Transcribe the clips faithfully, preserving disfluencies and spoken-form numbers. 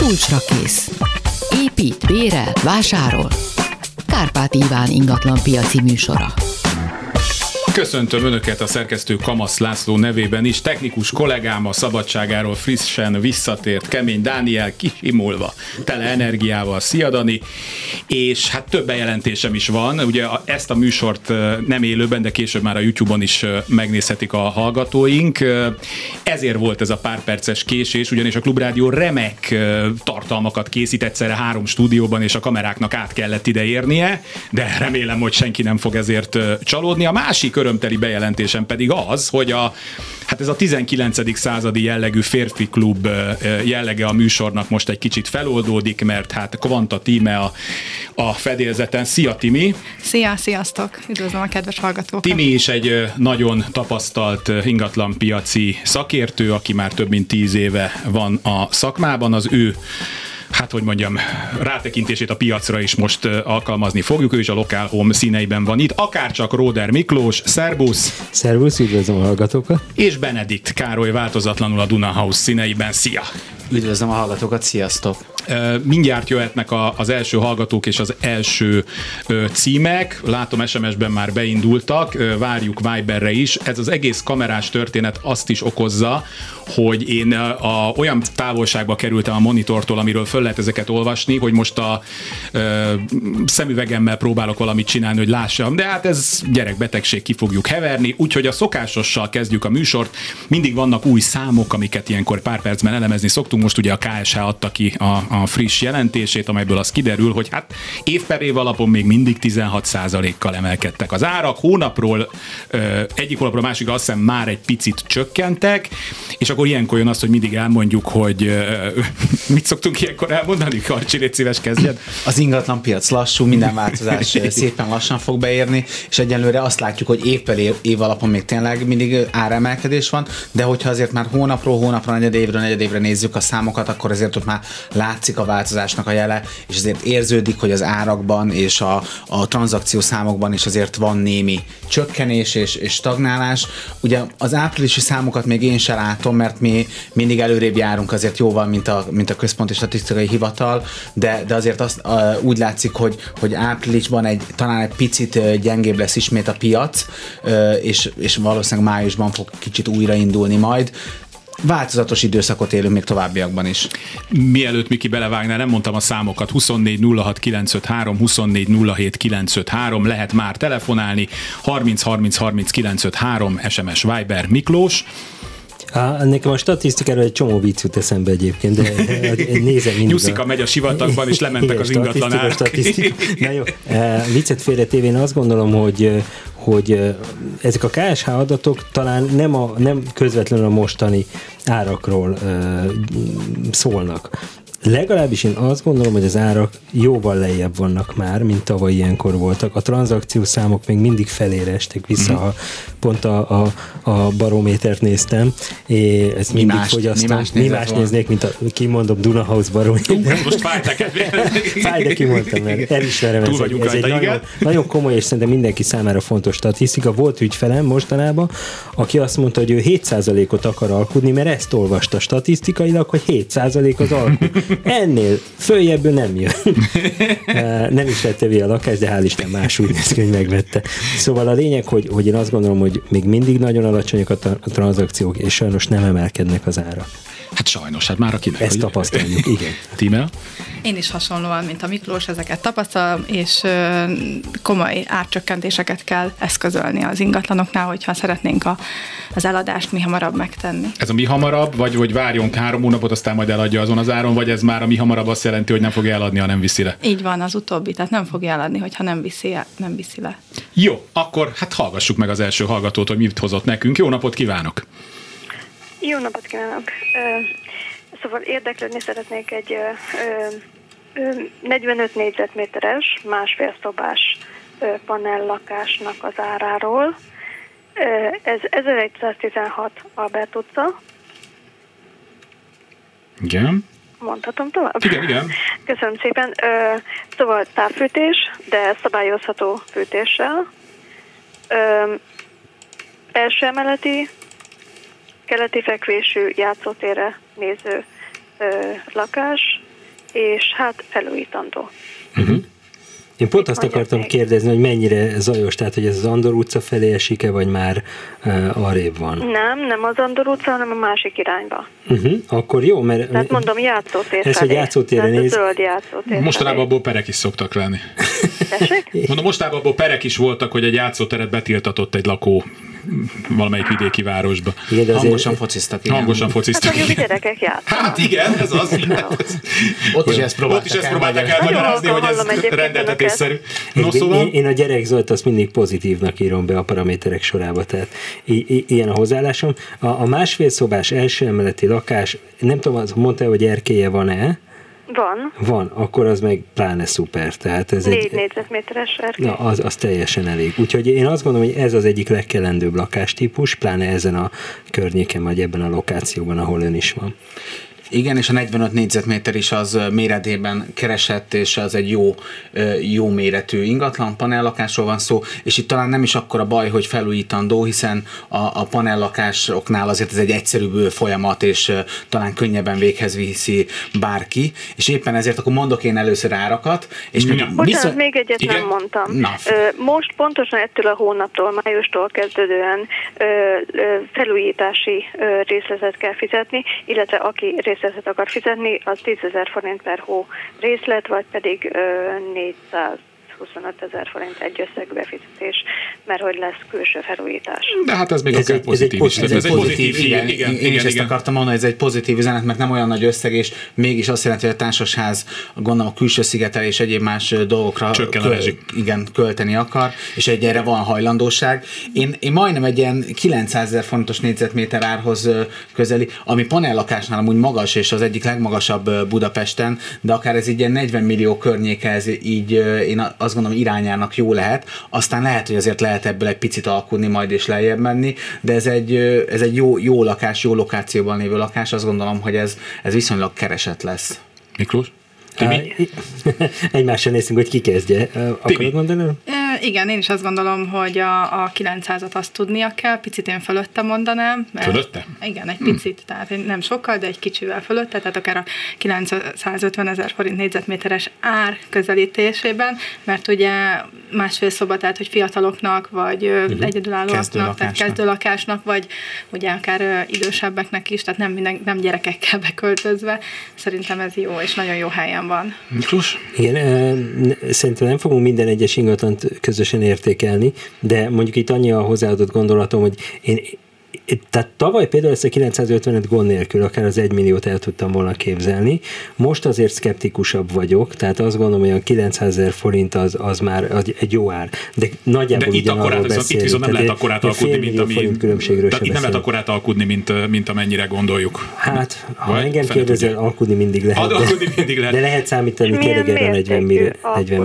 Kulcsra kész. Épít, bérel, vásárol. Kárpát Iván ingatlan piaci műsora. Köszöntöm Önöket a szerkesztő Kamasz László nevében is. Technikus kollégám a szabadságáról frissen visszatért Kemény Dániel, kisimulva, tele energiával. Szia Dani! És hát több bejelentésem is van. Ugye ezt a műsort nem élőben, de később már a YouTube-on is megnézhetik a hallgatóink. Ezért volt ez a pár perces késés, ugyanis a Klubrádió remek tartalmakat készít egyszerre három stúdióban, és a kameráknak át kellett ide érnie, de remélem, hogy senki nem fog ezért csalódni. A másik örömteli bejelentésem pedig az, hogy a, hát ez a tizenkilencedik századi jellegű férfi klub jellege a műsornak most egy kicsit feloldódik, mert hát Kvanta Tíme a, a fedélzeten. Szia Timi! Szia, sziasztok! Üdvözlöm a kedves hallgatókat! Timi is egy nagyon tapasztalt ingatlanpiaci szakértő, aki már több mint tíz éve van a szakmában. Az ő hát hogy mondjam, rátekintését a piacra is most alkalmazni fogjuk, ő is a Lokál Home színeiben van itt, akárcsak Róder Miklós, szervusz! Szervusz, üdvözlöm a hallgatókat! És Benedikt Károly változatlanul a Duna House színeiben, szia! Üdvözlöm a hallgatókat, sziasztok! Mindjárt jöhetnek a, az első hallgatók és az első ö, címek. Látom, es em es-ben már beindultak, ö, várjuk Viberre is. Ez az egész kamerás történet azt is okozza, hogy én a, a, olyan távolságba kerültem a monitortól, amiről föl lehet ezeket olvasni, hogy most a ö, szemüvegemmel próbálok valamit csinálni, hogy lássam, de hát ez gyerekbetegség, ki fogjuk heverni, úgyhogy a szokásossal kezdjük a műsort. Mindig vannak új számok, amiket ilyenkor pár percben elemezni szoktunk. Most ugye a ká es há adta ki a, a friss jelentését, amelyből az kiderül, hogy hát év per év alapon még mindig tizenhat százalékkal emelkedtek az árak. Hónapról, ö, egyik hónapról másikra azt hiszem már egy picit csökkentek, és akkor ilyenkor jön az, hogy mindig elmondjuk, hogy ö, mit szoktunk ilyenkor elmondani? Karcsi, légy szíves, kezdjed. Az ingatlan piac lassú, minden változás szépen lassan fog beérni, és egyelőre azt látjuk, hogy év per év, év alapon még tényleg mindig áremelkedés van, de hogyha azért már hónapról hónapra, negyedévről negyedévre nézzük a számokat, akkor azért ott már látszik a változásnak a jele, és azért érződik, hogy az árakban és a, a tranzakció számokban is azért van némi csökkenés és, és stagnálás. Ugye az áprilisi számokat még én sem látom, mert mi mindig előrébb járunk azért jóval, mint a, mint a Központi Statisztikai Hivatal, de, de azért azt, uh, úgy látszik, hogy, hogy áprilisban egy, talán egy picit uh, gyengébb lesz ismét a piac, uh, és, és valószínűleg májusban fog kicsit újraindulni majd. Változatos időszakot élünk még továbbiakban is. Mielőtt Miki belevágnál, nem mondtam a számokat. huszonnégy nulla hat kilencszázötvenhárom, huszonnégy nulla hét kilencszázötvenhárom, lehet már telefonálni, harminc harminc harminc kilencszázötvenhárom, es em es Viber. Miklós? Á, nekem a statisztikáról egy csomó vicc jut eszembe egyébként, de nézem mindig. Nyuszika a... megy a sivatagban, és lementek igen, az ingatlan árak. Na jó, viccet félretéve, én azt gondolom, hogy hogy ezek a ká es há adatok talán nem, a, nem közvetlenül a mostani árakról uh, szólnak. Legalábbis én azt gondolom, hogy az árak jóval lejjebb vannak már, mint tavaly ilyenkor voltak. A tranzakciós számok még mindig felére estek vissza, mm-hmm. ha pont a, a, a barométert néztem. É, ez mi mindig más, fogyasztom. Mi más, mi más néznék, mint a, kimondom, Duna House barométer. Most fáj neked. Fáj, de kimondtam, mert elismerem. Ez egy, ez egy nagyon, nagyon komoly és szerintem mindenki számára fontos statisztika. Volt ügyfelem mostanában, aki azt mondta, hogy ő hét százalékot akar alkudni, mert ezt olvasta statisztikailag, hogy hét százalék az alkud. Ennél följebből nem jön. Nem is vette vele a lakást, de hál' Isten más úgy néz ki, hogy megvette. Szóval a lényeg, hogy, hogy én azt gondolom, hogy még mindig nagyon alacsonyak a, a tranzakciók, és sajnos nem emelkednek az árak. Hát sajnos, hát már akinek. Ezt tapasztaljuk, igen. Tíme? Én is hasonlóan, mint a Miklós, ezeket tapasztalom, és komoly árcsökkentéseket kell eszközölni az ingatlanoknál, hogyha szeretnénk a, az eladást mi hamarabb megtenni. Ez a mi hamarabb, vagy hogy várjunk három hónapot, aztán majd eladja azon az áron, vagy ez már a mi hamarabb azt jelenti, hogy nem fogja eladni, ha nem viszi le? Így van, az utóbbi, tehát nem fogja eladni, hogyha nem viszi, nem viszi le. Jó, akkor hát hallgassuk meg az első hallgatót, hogy mit hozott nekünk. Jó napot kívánok! Jó napot kívánok! Szóval érdeklődni szeretnék egy negyvenöt négyzetméteres, másfél szobás panellakásnak az áráról. Ez ezeregyszáztizenhat Albert utca. Igen. Mondhatom tovább? Igen, igen. Köszönöm szépen. Szóval távfűtés, de szabályozható fűtéssel. Első emeleti, keleti fekvésű játszótérre néző ö, lakás, és hát felújítandó. Uh-huh. Én pont azt akartam még kérdezni, hogy mennyire zajos, tehát hogy ez az Andor utca felé esik-e, vagy már uh, arrébb van? Nem, nem az Andor utca, hanem a másik irányba. Uh-huh. Akkor jó, mert... Tehát mondom, játszótér ez, felé. hogy játszótérre néz... zöld játszótér mostanában abból perek is szoktak lenni. Tessék? Mondom, mostanában abból perek is voltak, hogy egy játszóteret betiltatott egy lakó valamelyik vidéki városba. Igen, azért... Hangosan fociztak. Igen. Hangosan fociztak. Hát mondjuk a gyerekek játszanak. Hát igen, ez az. Ott is ezt próbálták, Ott is ezt próbálták elmagyarázni, hogy ez rendeltetésszerű. No, szóval... én, én a gyerekzajt azt mindig pozitívnak írom be a paraméterek sorába, tehát i- i- ilyen a hozzáállásom. A, a másfél szobás első emeleti lakás, nem tudom, az mondta, hogy erkélye van-e? Van. Van, akkor az meg pláne szuper. Tehát ez Négy egy, négyzetméteres erkély. na, az, az teljesen elég. Úgyhogy én azt gondolom, hogy ez az egyik legkelendőbb lakástípus, pláne ezen a környéken, vagy ebben a lokációban, ahol ön is van. Igen, és a negyvenöt négyzetméter is az méretében keresett, és az egy jó, jó méretű ingatlan, panellakásról van szó, és itt talán nem is akkora baj, hogy felújítandó, hiszen a, a panellakásoknál azért ez egy egyszerűbb folyamat, és talán könnyebben véghez viszi bárki, és éppen ezért akkor mondok én először árakat. És Ja. Bocsánat, viszont... még egyet Igen? nem mondtam. Na. Most pontosan ettől a hónaptól, májustól kezdődően felújítási részletet kell fizetni, illetve aki részletet akar fizetni, az tízezer forint per hó részlet, vagy pedig négyszázhuszonöt ezer forint egy összegű befizetés, mert hogy lesz külső felújítás. De hát ez még Ez akár egy- ez pozitív egy is. pozitív- Ez egy pozitív, pozitív, igen, igen, én is ezt akartam mondani, hogy ez egy pozitív üzenet, mert nem olyan nagy összeg, és mégis azt jelenti, hogy a társasház, gondolom a külső szigetelés és egyéb más dolgokra Csökken a rezsi. igen, költeni akar, és egy erre van hajlandóság. Én, én majdnem egy ilyen kilencszázezer forintos négyzetméter árhoz ö, közeli, ami panellakásnál amúgy magas, és az egyik legmagasabb ö, Budapesten, de akár ez így ilyen negyven millió környéke, ez így ö, én azt gondolom irányának jó lehet. Aztán lehet, hogy azért lehet ebből egy picit alkudni majd és lejjebb menni, de ez egy, ö, ez egy jó, jó lakás, jó lokációban lévő lakás, azt gondolom, hogy ez, ez viszonylag keresett lesz. Miklós? Á, egymásra nézünk, hogy ki kezdje. Akarod mondani? E, igen, én is azt gondolom, hogy a, a kilencszázat azt tudnia kell, picit én fölötte mondanám. Mert, Fölötte? Igen, egy picit, hmm. tehát nem sokkal, de egy kicsivel fölötte, tehát akár a kilencszázötven ezer forint négyzetméteres ár közelítésében, mert ugye másfél szoba, tehát hogy fiataloknak, vagy uh-huh. egyedülállóaknak, tehát kezdőlakásnak, vagy ugye akár idősebbeknek is, tehát nem, minden, nem gyerekekkel beköltözve. Szerintem ez jó, és nagyon jó helyen van. Miklós? Igen, szerintem nem fogunk minden egyes ingatlant közösen értékelni, de mondjuk itt annyi a hozzáadott gondolatom, hogy én tehát tavaly például ezt a kilencszázötvenet gond nélkül akár az egymilliót el tudtam volna képzelni. Most azért szkeptikusabb vagyok, tehát azt gondolom, hogy a kilencszázezer forint az, az már egy jó ár. De nagyjából de itt, akkorát, viszont, itt viszont nem lehet akkorát alkudni, mint ami... Tehát itt nem lehet akkorát alkudni, mint, mint amennyire gondoljuk. Hát, ha vagy engem kérdezel, alkudni mindig lehet. De, alkudni mindig lehet. De lehet számítani tényleg erre negyven milliárd.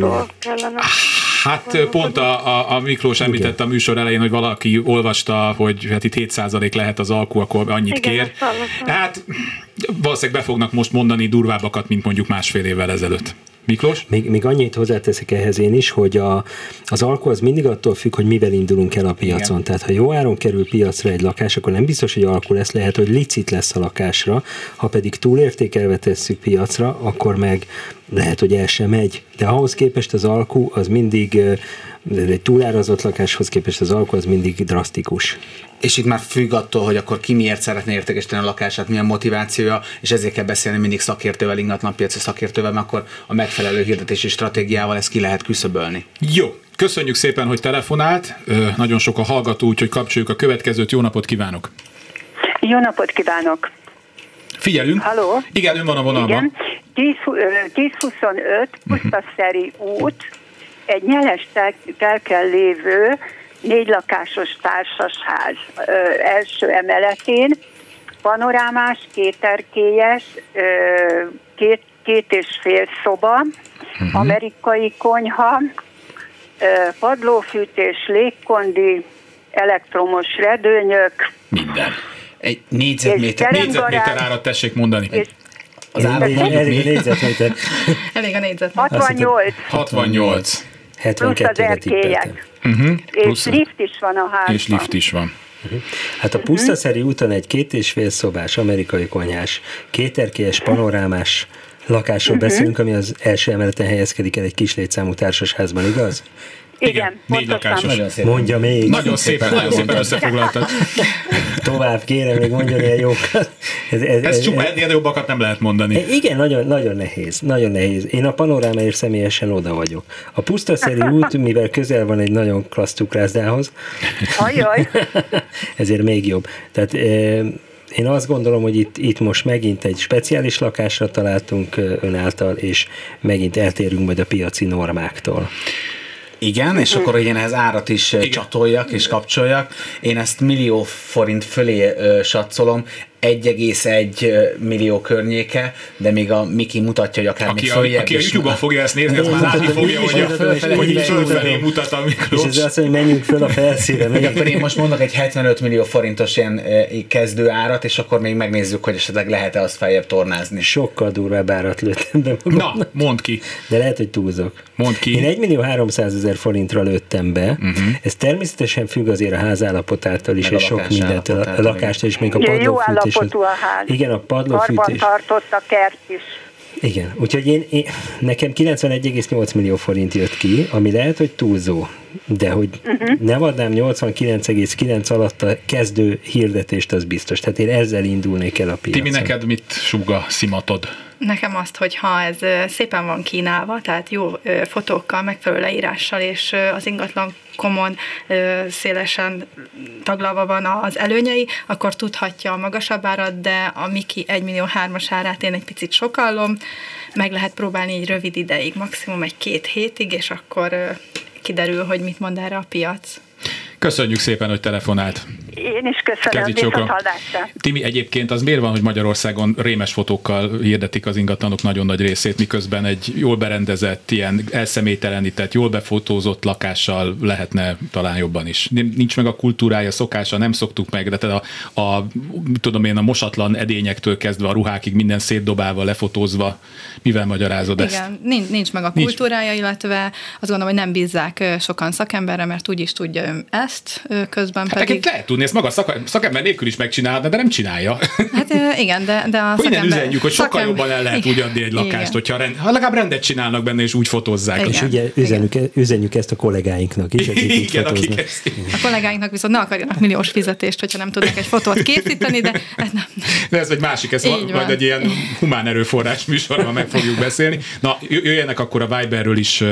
Hát pont a, a, a Miklós említette a műsor elején, hogy valaki olvasta, hogy hát itt hét százalék lehet az alkú, akkor annyit igen, kér. Hát valószínűleg be fognak most mondani durvábbakat, mint mondjuk másfél évvel ezelőtt. Miklós? Még, még annyit hozzáteszek ehhez én is, hogy a, az alkú az mindig attól függ, hogy mivel indulunk el a piacon. Igen. Tehát ha jó áron kerül piacra egy lakás, akkor nem biztos, hogy alkú lesz, lehet, hogy licit lesz a lakásra. Ha pedig túlértékelve tesszük piacra, akkor meg lehet, hogy el sem megy. De ahhoz képest az alkú az mindig, egy túlárazott lakáshoz képest az alkú az mindig drasztikus. És itt már függ attól, hogy akkor ki miért szeretné értékesíteni a lakását, milyen motivációja, és ezért kell beszélni mindig szakértővel, ingatlanpiaci szakértővel, mert akkor a megfelelő hirdetési stratégiával ezt ki lehet küszöbölni. Jó, köszönjük szépen, hogy telefonált. Nagyon sok a hallgató, úgyhogy kapcsoljuk a következőt. Jó napot kívánok! Jó napot kívánok! Figyelünk! Halló? Igen, ön van a vonalban. Igen, tíz huszonöt Pusztaszeri út, egy nyeles telken lévő négy lakásos társasház ö, első emeletén, panorámás, kéterkélyes, ö, két, két és fél szoba, uh-huh. amerikai konyha, ö, padlófűtés, légkondi, elektromos redőnyök. Minden. Egy négyzetméter. Négyzetméter árat tessék mondani. És az árat mondjuk elég a négyzetméter. Elég a négyzetméter. hatvannyolc. hatvannyolc. hetvenkettőre tippeltem. Uh-huh. És lift is van a házban. És lift is van. Uh-huh. Hát a Pusztaszeri úton egy két és fél szobás, amerikai konyhás, kéterkélyes, panorámás lakásról uh-huh. beszélünk, ami az első emeleten helyezkedik el egy kis létszámú társasházban, igaz? Igen, Igen, négy lakásos. Mondja még. Nagyon szépen, nagyon szépen összefoglaltad. Tovább kérem, még mondjon ilyen jókat. Ez, ez, ez csupa, ennél jobbakat nem lehet mondani. Igen, nagyon, nagyon nehéz, nagyon nehéz. Én a panorámáért személyesen oda vagyok. A Pusztaszeri út, mivel közel van egy nagyon klassz cukrászdához, Ajaj. ezért még jobb. Tehát én azt gondolom, hogy itt, itt most megint egy speciális lakásra találtunk ön által, és megint eltérünk majd a piaci normáktól. Igen, és akkor én ehhez árat is Igen. csatoljak és kapcsoljak. Én ezt millió forint fölé ö, satszolom, egy egész egy millió környéke, de még a Miki mutatja, hogy akár aki még a, följebb aki a YouTube-on fogja ezt nézni, az már látni fogja, hogy, a, hogy így fölfelé mutat a Miklós. És ez azt, hogy menjünk föl a felszínre. Még akkor én most mondok egy hetvenöt millió forintos ilyen kezdő árat, és akkor még megnézzük, hogy esetleg lehet-e azt feljebb tornázni. Sokkal durvább árat lőttem be magamnak. Na, mondd ki. De lehet, hogy túlzok. Mondd ki. Én egy millió háromszázezer forintra lőttem be. Uh-huh. Ez természetesen függ azért a házállapotától is, és sok mindentől, a lakástól is, még a padlófűtés. A ház. Igen, a padlófűtés. Karban tartott a kert is. Igen, úgyhogy én, én, nekem kilencvenegy egész nyolc millió forint jött ki, ami lehet, hogy túlzó, de hogy uh-huh. nem adnám nyolcvankilenc egész kilenc alatt a kezdő hirdetést, az biztos. Tehát én ezzel indulnék el a piacon. Timi, neked mit súg a szimatod? Nekem azt, hogy ha ez szépen van kínálva, tehát jó fotókkal, megfelelő leírással, és az ingatlan komon szélesen taglalva van az előnyei, akkor tudhatja a magasabb árat, de a Miki egy millió hármas árát én egy picit sokallom, meg lehet próbálni egy rövid ideig, maximum egy két hétig, és akkor kiderül, hogy mit mond erre a piac. Köszönjük szépen, hogy telefonált. Én is köszönöm, viszont hallásra. Timi, egyébként az miért van, hogy Magyarországon rémes fotókkal hirdetik az ingatlanok nagyon nagy részét, miközben egy jól berendezett, ilyen elszemélytelenített, jól befotózott lakással lehetne talán jobban is. Nincs meg a kultúrája, szokása, nem szoktuk meg, de tehát a, a, tudom én, a mosatlan edényektől kezdve a ruhákig minden szétdobálva, lefotózva. Mivel magyarázod ezt? Igen, nincs, nincs meg a kultúrája, nincs. Illetve azt gondolom, hogy nem bízzák sokan szakemberre, mert úgy is tudja ezt, közben hát pedig... lehet tudni, ezt maga szak, szakember nélkül is megcsinálhatna, de nem csinálja. Hát igen, de, de a hogy szakember... Innen üzenjük, hogy sokkal szakember... jobban el lehet úgy adni egy lakást, hogyha rend, ha legalább rendet csinálnak benne, és úgy fotózzák. Igen. És ugye üzenjük, üzenjük ezt a kollégáinknak is, akik így igen, akik ezt... A kollégáinknak viszont ne akarjanak milliós fizetést, hogyha nem tudnak egy fotót készíteni, de ez nem. De ez egy másik, ez majd van. Egy ilyen humán erőforrás műsorban meg fogjuk beszélni. Na, jöjjenek akkor a Viberről is.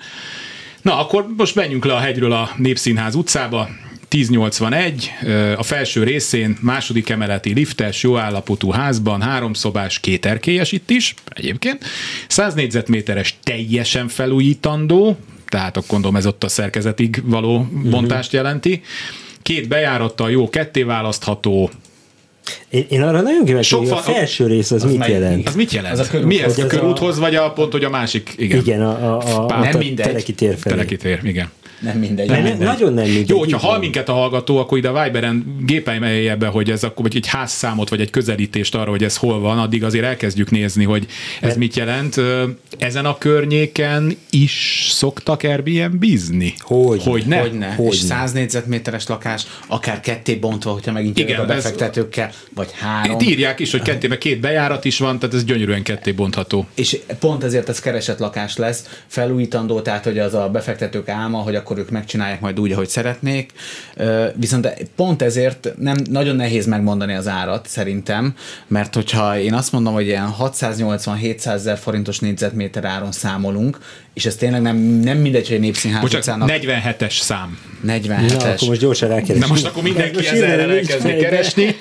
Na, akkor most menjünk le a hegyről a Népszínház utcába. tíznyolcvanegy, a felső részén második emeleti liftes, jó állapotú házban, háromszobás, két erkélyes itt is, egyébként. száz négyzetméteres teljesen felújítandó, tehát akkor gondolom ez ott a szerkezetig való bontást jelenti. Két bejárattal jó, ketté választható. Én, én arra nagyon kíváncsi, hogy a felső rész az, az mit meg, jelent? Az mit jelent? Az a Mi ez? A körúthoz, vagy a pont, hogy a másik? Igen, igen a, a, a, nem a mindegy. Telekitér felé. Telekitér, igen. Nem mindegy. Nem mindegy. Nagyon nem mindegy. Jó, hogyha hall minket a hallgató, akkor ide a Viberen gépeljél be, hogy ez akkor vagy egy házszámot, vagy egy közelítést arra, hogy ez hol van, addig azért elkezdjük nézni, hogy ez Mert... mit jelent. Ezen a környéken is szoktak Airbnb-zni? Hogy? Hogyne. Hogyne. Hogyne. És száz négyzetméteres lakás, akár ketté bontva, hogyha megint jövök a befektetőkkel, ez... vagy három. Írják is, hogy ketté, mert két bejárat is van, tehát ez gyönyörűen ketté bontható. És pont ezért ez keresett lakás lesz, felújítandó, tehát hogy az a befektetők álma, hogy akkor ők megcsinálják majd úgy, ahogy szeretnék. Viszont pont ezért nem nagyon nehéz megmondani az árat szerintem, mert hogyha én azt mondom, hogy ilyen hatszáznyolcvan-hétszázezer forintos négyzetméter áron számolunk, és ez tényleg nem, nem mindegy, hogy a Népszínház utcának... negyvenhetes szám. negyvenhetes. Na, akkor most gyorsan rákeresni. Na most akkor mindenki ezzel elkezdi keresni.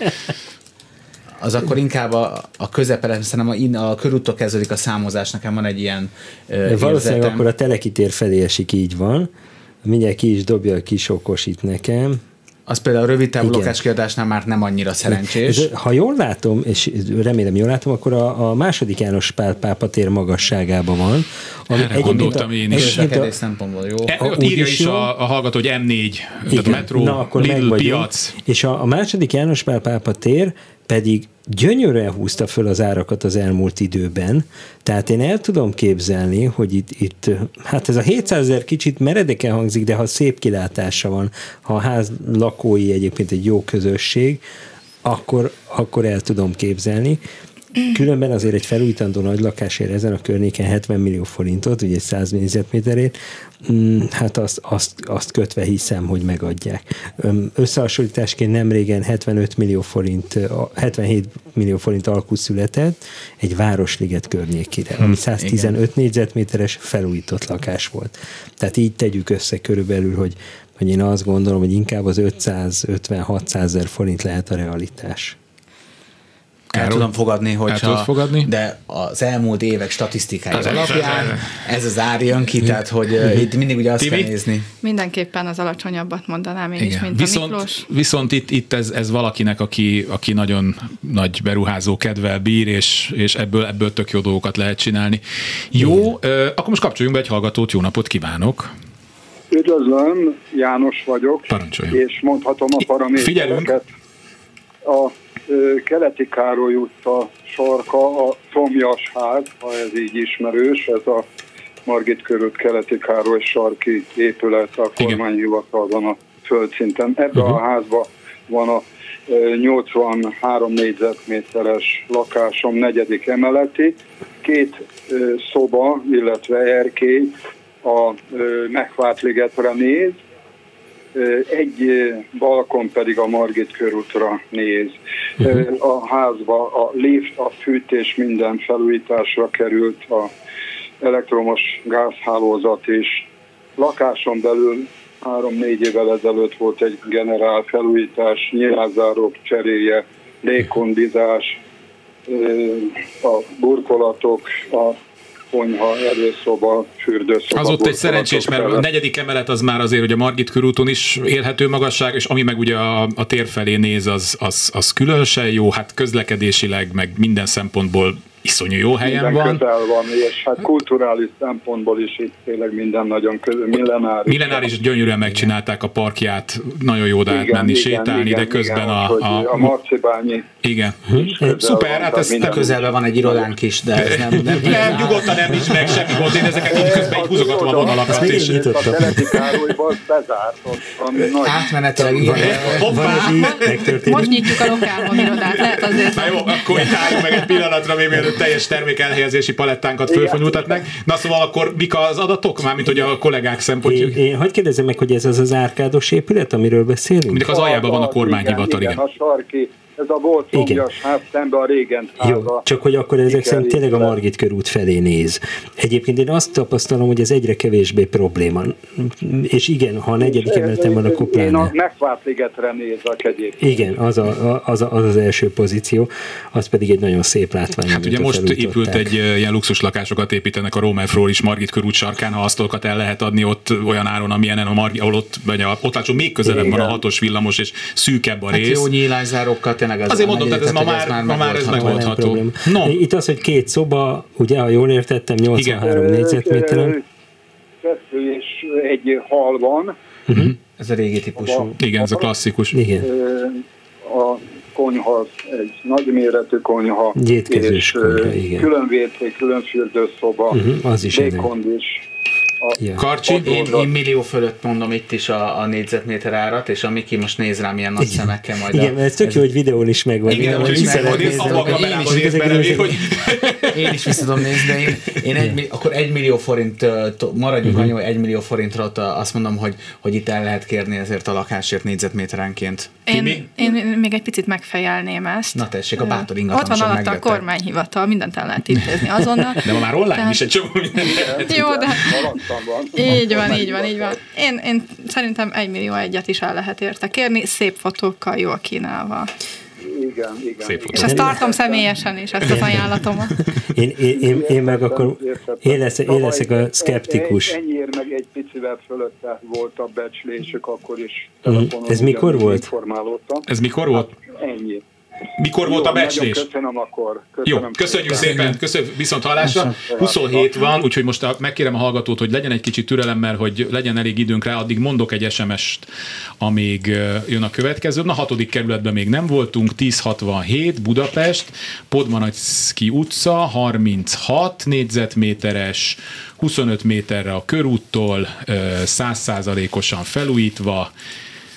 Az akkor inkább a, a közepele, szerintem a, a körúttól kezdődik a számozás, nekem van egy ilyen uh, valószínűleg akkor a Telekitér felé esik, így van. Mindjárt ki is dobja a kis okosít nekem. Az például a rövid távú lakáskiadásnál már nem annyira szerencsés. Ez, ha jól látom, és remélem jól látom, akkor a, a második János Pál pápa tér magasságában van. Ami Erre gondoltam a, én is. Közlekedés szempontból jó. E, ott írja is a, a hallgató, hogy em négy, tehát metró, na, akkor Lidl, piac. És a, a második János Pál pápa tér pedig gyönyörűen húzta föl az árakat az elmúlt időben, tehát én el tudom képzelni, hogy itt, itt hát ez a hétszázezer kicsit meredeken hangzik, de ha szép kilátása van, ha a ház lakói egyébként egy jó közösség, akkor, akkor el tudom képzelni. Különben azért egy felújítandó nagy lakásért ezen a környéken hetven millió forintot, ugye száz négyzetméterért, hát azt, azt, azt kötve hiszem, hogy megadják. Összehasonlításként nem régen hetvenöt millió forint, hetvenhét millió forint alkú született egy Városliget környékére, ami száztizenöt Igen. négyzetméteres felújított lakás volt. Tehát így tegyük össze körülbelül, hogy, hogy én azt gondolom, hogy inkább az ötszázötven-hatszázezer forint lehet a realitás. El tudom fogadni, hogyha, fogadni? De az elmúlt évek statisztikái az alapján ez az ár jön ki, tehát hogy uh, itt mindig ugye azt Timi? kell nézni. Mindenképpen az alacsonyabbat mondanám én Igen. is, mint viszont, a Miklós. Viszont itt, itt ez, ez valakinek, aki, aki nagyon nagy beruházó kedvel bír, és, és ebből, ebből tök jó dolgokat lehet csinálni. Jó, ö, akkor most kapcsoljunk be egy hallgatót, jó napot kívánok! Üdvözlöm, János vagyok, Parancsoljon. És mondhatom a paramétereket. A Keleti Károly utca sarka, a Szomjas ház, ha ez így ismerős, ez a Margit körút Keleti Károly sarki épület, a kormányhivatalban a földszinten. Ebben uh-huh. a házban van a nyolcvanhárom négyzetméteres lakásom, negyedik emeleti, két szoba, illetve erkély a Megváltligetre néz, egy balkon pedig a Margit körútra néz. Uh-huh. A házba a lift, a fűtés minden felújításra került, a elektromos gázhálózat is. Lakáson belül három-négy évvel ezelőtt volt egy generál felújítás, nyilázárók cseréje, légkondizás, a burkolatok, a konyha, előszoba, fürdőszoba. Az ott egy szerencsés, mert a negyedik emelet az már azért, hogy a Margit körúton is élhető magasság, és ami meg ugye a, a tér felé néz, az, az, az különösen jó, hát közlekedésileg, meg minden szempontból iszonyú jó helyen minden van. Közel van, és hát kulturális szempontból is itt tényleg minden nagyon közül, millenáris. Millenáris gyönyörűen megcsinálták a parkját, nagyon jó át menni, igen, sétálni, igen, de közben igen, a... A, a Marcibányi. Igen. Szuper, hát ez... Minden... Közelben van egy irodánk is, de ez nem... Nem, nem nyugodtan nem is meg, semmi gond, én ezeket így közben így húzogatom a vonalakat. És a Keleti Károlyban bezárt, ami nagy... Átmenetileg igen. Hoppá! Most nyitjuk a lokálban irodát, lehet azért... Na jó, akkor itt álljunk meg egy pillanatra, még mielőtt teljes termékelhelyezési palettánkat fölfonyultatnak. Na szóval akkor mik az adatok? Mármint, hogy a kollégák szempontjuk. Én, én hadd kérdezzem meg, hogy ez az az árkádos épület, amiről beszélünk? Mindig az aljában van a kormányhivatal, igen. Igen, a sarki, ez a volt Szomjas ház, szembe a Régent háza. Jó, csak hogy akkor ezek szerint tényleg a Margit körút felé néz. Egyébként én azt tapasztalom, hogy ez egyre kevésbé probléma. És igen, ha a negyedik emeleten van, akkor pláne. Én a Megváltligetre nézek egyébként. Igen, az, a, az, a, az az első pozíció, az pedig egy nagyon szép látvány. Hát ugye most épült egy ilyen luxus lakásokat építenek a Rómefról is Margit körút sarkán, ha asztalokat el lehet adni ott olyan áron, amilyen a Margit, ahol ott, vagy a, ott látszó még közelebb van a hatos villamos, és szűkebb a rész. Hát jó nyílászárokkal tényleg az azért mondom, tehát ez ma már, már, már ez megoldható. No. Itt az, hogy két szoba, ugye, ha jól értettem, nyolcvanhárom négyzetméteren. Kettő és egy hal van. Uh-huh. Ez a régi típusú. Igen, ez a klasszikus. Igen. A konyha egy nagyméretű konyha. Gyétkezős konyha, igen. Külön vé cé, külön fürdőszoba. Uh-huh, az is légkondis. Ja. Karcsi? Én, én millió fölött mondom itt is a, a négyzetméter árat, és a Miki most néz rám ilyen nagy szemekkel majd. Igen, mert ez tök jó, hogy videón is megvan. Igen, hogy is megvan, nézd a kamerában, nézd bele, hogy... Én is vissza tudom nézni, de én, én egy, akkor egy millió forint, maradjunk annyi, hogy egy millió forintra azt mondom, hogy, hogy itt el lehet kérni ezért a lakásért négyzetméterenként. Én, én még egy picit megfejelném ezt. Na tessék, a bátor ingatlanosok megvettek. Ott van alatt a kormányhivatal, mindent el lehet intézni azonnal. De ma már online Tehát... is egy csomó minden. Jó, de... Így van, így van, így van. Én, én szerintem egy millió egyet is el lehet érte kérni, szép fotókkal, jól kínálva. Igen, igen. Szép és ezt tartom személyesen is, ezt az ajánlatomat. Én, én, én, én meg akkor én leszek, én leszek a szkeptikus. Ennyiért meg egy picivel fölötte volt a becslésük, akkor is. Ez mikor volt? Ez mikor volt? Ennyi. Mikor volt Jó, a becslés? Köszönöm akkor. Köszönöm Jó, köszönjük szépen, szépen. Köszönjük, viszont hallásra. huszonhét van, úgyhogy most a, megkérem a hallgatót, hogy legyen egy kicsit türelemmel, hogy legyen elég időnk rá, addig mondok egy es em est, amíg jön a következő. Na, hatodik kerületben még nem voltunk, tíz hatvanhét Budapest, Podmaniczky utca, harminchat négyzetméteres, huszonöt méterre a körúttól, száz százalékosan felújítva,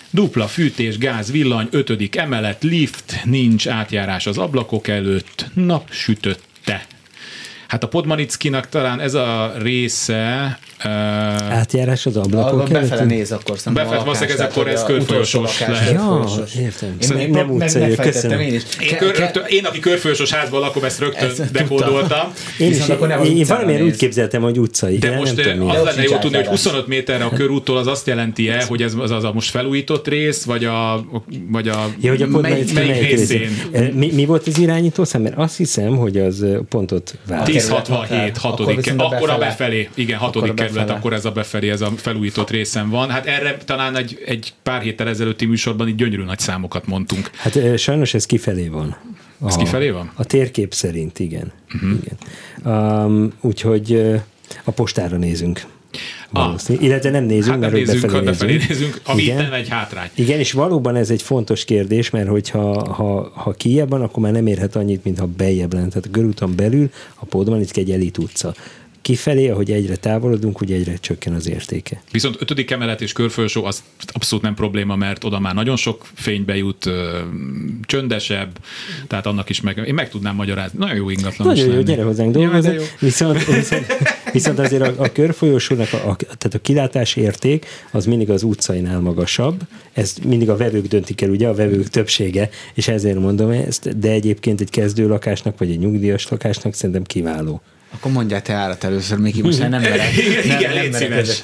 Dupla fűtés, gáz, villany, ötödik emelet, lift, nincs átjárás az ablakok előtt, nap sütötte. Hát a Podmanickinak talán ez a része... Uh, átjárás az ablakok előtt? Befele néz akkor szerintem Befele, valószínűleg ez akkor ez körfolyosos lehet. Ja, értem. Én nem utcai, köszönöm. Én, is. Én, kör, rögtön, én, aki körfolyosos házban lakom, ezt rögtön ezt dekódoltam. Én, is, én valamiért úgy képzeltem, hogy utcai. De most nem az lenne jó tudni, hogy huszonöt méterre a körúttól az azt jelenti-e, hogy ez az a most felújított rész, vagy a, vagy a, ja, hogy a melyik, melyik részén? Mi, mi volt az irányító szám? Mert azt hiszem, hogy az pontot vált. tíz hatvanhét, hatodik Akkor a befelé, igen, hatodik kerület, akkor ez a befelé, ez a felújított részen van. Hát erre talán egy, egy pár héttel ezelőtti műsorban így gyönyörű nagy számokat mondtunk. Hát sajnos ez kifelé van. Ez a, kifelé van? A térkép szerint, igen. Uh-huh. igen. Um, úgyhogy a postára nézünk. Ah, illetve nem nézünk, hát nem mert nézünk, befelé befelé nézünk, nézünk ami igen. Itt nem egy hátrány. Igen, és valóban ez egy fontos kérdés, mert hogyha ha, ha kijebb van, akkor már nem érhet annyit, mint ha bejjebb lenne. Tehát a körúton belül a Podmanicki egy elit utca. Kifelé, ahogy egyre távolodunk, ugye egyre csökken az értéke. Viszont ötödik emelet és körfölsó az abszolút nem probléma, mert oda már nagyon sok fénybe jut, csöndesebb, tehát annak is meg, én meg tudnám magyarázni. Nagyon jó ingatlan. Nagyon jó, gyere hozzánk dolgozni. Ja, viszont, viszont, viszont azért a, a körfolyósónak, a, a, tehát a kilátás érték az mindig az utcainál magasabb. Ez mindig a vevők döntik el, ugye, a vevők többsége, és ezért mondom ezt, de egyébként egy kezdő lakásnak, vagy egy nyugdíjas lakásnak szerintem kiváló. Akkor mondjál te árat először, Miki, most nem merek. Igen, nem, légy szíves.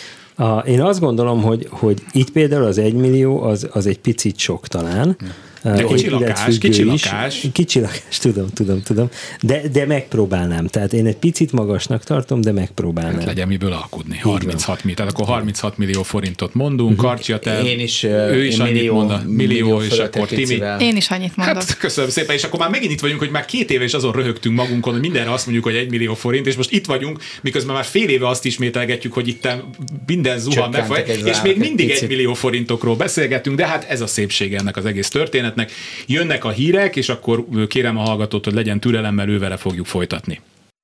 A, én azt gondolom, hogy, hogy itt például az egymillió az, az egy picit sok talán. De kicsi lakás, kicsi lakás. Kicsi lakás, tudom, tudom, tudom. De, de megpróbálnám. Tehát én egy picit magasnak tartom, de megpróbálnám. Hát legyen miből alkudni. harminchat millió. Tehát akkor harminchat millió forintot mondunk. Uh-huh. Karcsiatel, én is, ő is annyit millió, mond. Millió, millió és akkor Timi. Én is annyit mondok. Hát köszönöm szépen. És akkor már megint itt vagyunk, hogy már két éve is azon röhögtünk magunkon, hogy mindenre azt mondjuk, hogy egy millió forint, és most itt vagyunk, miközben már fél éve azt ismételgetjük, hogy itt minden zuhan meg, és még mindig egy millió forintokról beszélgetünk, de hát ez a szépsége ennek az egész történetnek. Jönnek a hírek, és akkor kérem a hallgatót, hogy legyen türelemmel, ő vele fogjuk folytatni.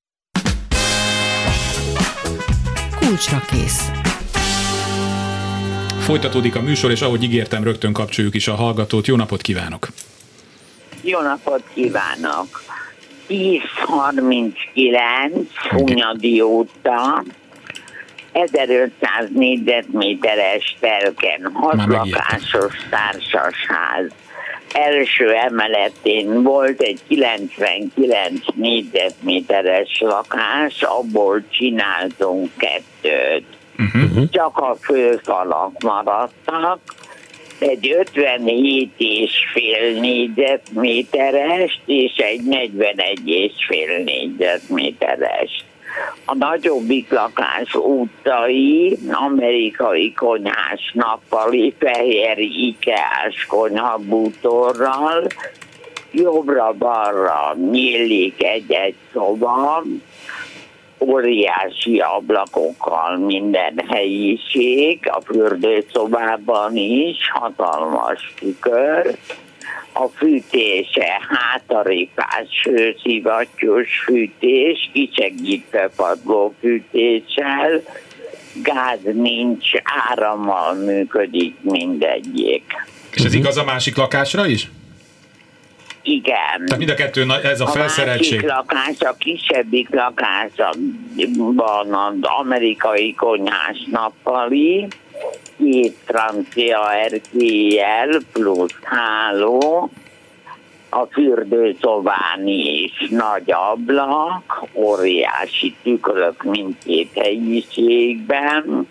Kulcsra kész. Folytatódik a műsor, és ahogy ígértem, rögtön kapcsoljuk is a hallgatót. Jó napot kívánok! Jó napot kívánok! tíz harminckilenc Hunyadi úta, ezerötszáz négyzetméteres telken, hat lakásos társasház. Első emeletén volt egy kilencvenkilenc négyzetméteres lakás, abból csináltunk kettőt. Uh-huh. Csak a főfalak maradtak, egy ötvenhét és fél négyzetméteres és egy negyvenegy és fél négyzetméteres. A nagyobbik lakás utcai, amerikai konyhás nappali, fehér ikeás konyhabútorral, jobbra-balra nyílik egy-egy szoba, óriási ablakokkal minden helyiség, a fürdőszobában is, hatalmas tükör, a fűtése hátaripás hőszivattyús fűtés, kisegítve padló fűtéssel, gáz nincs, árammal működik mindegyik. És ez uh-huh. igaz a másik lakásra is? Igen. Tehát mind a kettő, ez a, a felszereltség. A másik lakás, a kisebbik lakásban az amerikai konyhás nappali, két francia erkélyel plusz háló, a fürdőszobán is nagy ablak, óriási tükrök mindkét helyiségben.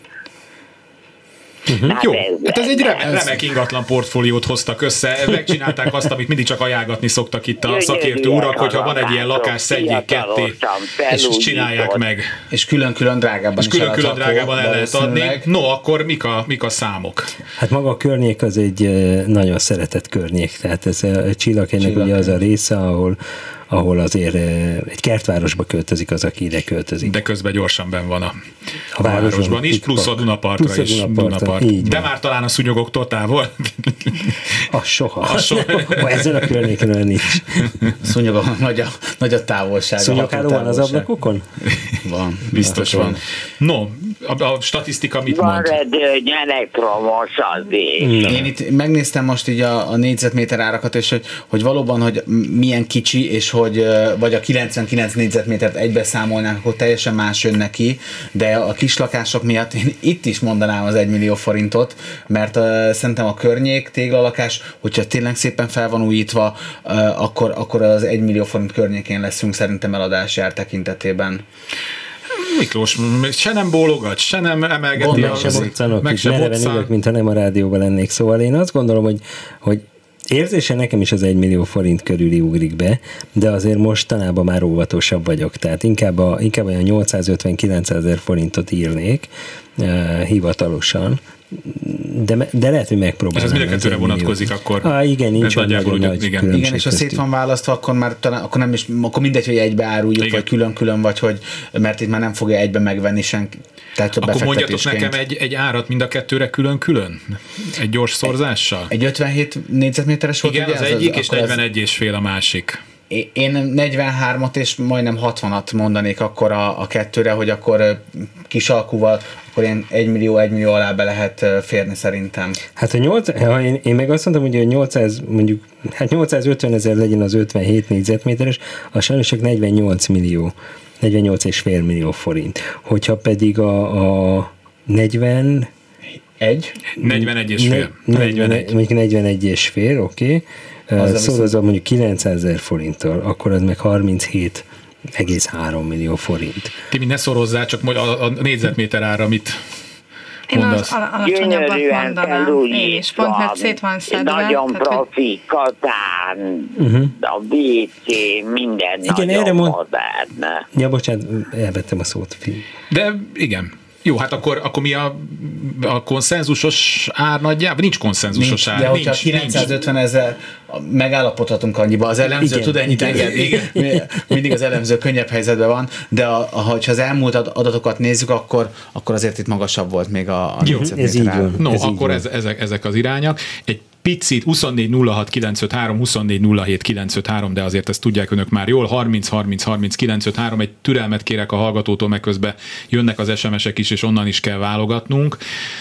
Uh-huh. Hát Jó, ez, hát ez egy remek, remek ingatlan portfóliót hoztak össze, megcsinálták azt, amit mindig csak ajánlatni szoktak itt a szakértő urak, hogyha van egy ilyen lakás, szedjék ketté, és csinálják meg. És külön-külön drágában és külön-külön drágában el lehet adni. No, akkor mik a, mik a számok? Hát maga a környék az egy nagyon szeretett környék, tehát ez a Csillaghegynek ugye az a része, ahol ahol azért egy kertvárosba költözik az, aki ide költözik. De közben gyorsan benn van a, a városban is, plusz a Dunapartra plusz a is. Dunapart. De már talán a szúnyogoktól távol. A soha. A soha. Ezen a környéken nincs. Szúnyogok nagy a, nagy a távolság. Szúnyogháló van az ablakokon? Van, biztos van. No, a, a statisztika mit van mond? Van redőny, elektromos azért. Én itt megnéztem most így a, a négyzetméter árakat, és hogy, hogy valóban, hogy milyen kicsi, és hogy vagy a kilencvenkilenc négyzetmétert egybe számolnánk, akkor teljesen más jön neki, de a kislakások miatt én itt is mondanám az egymillió forintot, mert uh, szerintem a környék, téglalakás, hogyha tényleg szépen fel van újítva, uh, akkor, akkor az egymillió forint környékén leszünk szerintem eladási ár tekintetében. Miklós, se nem bólogat, se nem emelgeti. Meg se boccanok, meg se boccan. Mintha nem a rádióban lennék. Szóval én azt gondolom, hogy, hogy érzése nekem is az egymillió forint körüli ugrik be, de azért mostanában már óvatosabb vagyok. Tehát inkább, a, inkább olyan nyolcszázötven-kilencszázezer forintot írnék uh, hivatalosan, de, de lehet, hogy megpróbálom. És ez mind a kettőre vonatkozik akkor. Ah, igen, nincs olyan nagyon nagy igen. igen, és ha szét van választva, akkor már talán, akkor nem is, akkor mindegy, hogy egybe áruljuk, igen. vagy külön-külön, vagy hogy, mert itt már nem fogja egybe megvenni senki. Tehát akkor mondjatok nekem egy, egy árat mind a kettőre külön-külön? Egy gyors szorzással? Egy ötvenhét négyzetméteres volt? Igen, ugye, az egyik, az, és negyvenegy és fél a másik. Én negyvenhármat és majdnem hatvanat mondanék akkor a, a kettőre, hogy akkor kis alkuval, akkor én egymillió, egymillió alá be lehet férni szerintem. Hát a nyolc, ha én, én meg azt mondtam, hogy a nyolcszáz, mondjuk, hát nyolcszázötven ezer legyen az ötvenhét négyzetméteres, az sajnos csak negyvennyolc millió, negyvennyolc és fél millió forint. Hogyha pedig a, a negyven egy? negyvenegy és fél. negyvenegy, mondjuk negyvenegy és fél, oké. Okay. Szorozva mondjuk kilencszázezer forinttal, akkor az meg harminchét egész három millió forint. Timi, ne szorozzál, csak majd a, a négyzetméter ára mit mondasz? Én az alacsonyabbat mondanám. Én is, pont mert szét van szedve. Nagyon profi, katán, uh-huh. a bé cé, minden igen, nagyon erre mond... modern. Ja, bocsánat, elvettem a szót. De igen. Jó, hát akkor, akkor mi a, a konszenzusos ár nagyjában? Nincs konszenzusos nincs, ár. De hogyha kilencszázötven ezer megállapodhatunk annyiba, az elemző igen, tud ennyit engedni. Mindig az elemző könnyebb helyzetben van, de a, a, ha az elmúlt adatokat nézzük, akkor, akkor azért itt magasabb volt még a, a jó, ez így van. No, ez akkor ez, ezek, ezek az irányak. Egy picit huszonnégy nulla hat kilenc öt három, huszonnégy nulla hét kilenc öt három, de azért ezt tudják önök már jól, harminc harminc harminc kilenc öt három, egy türelmet kérek a hallgatótól, meg közben jönnek az es em esek is, és onnan is kell válogatnunk.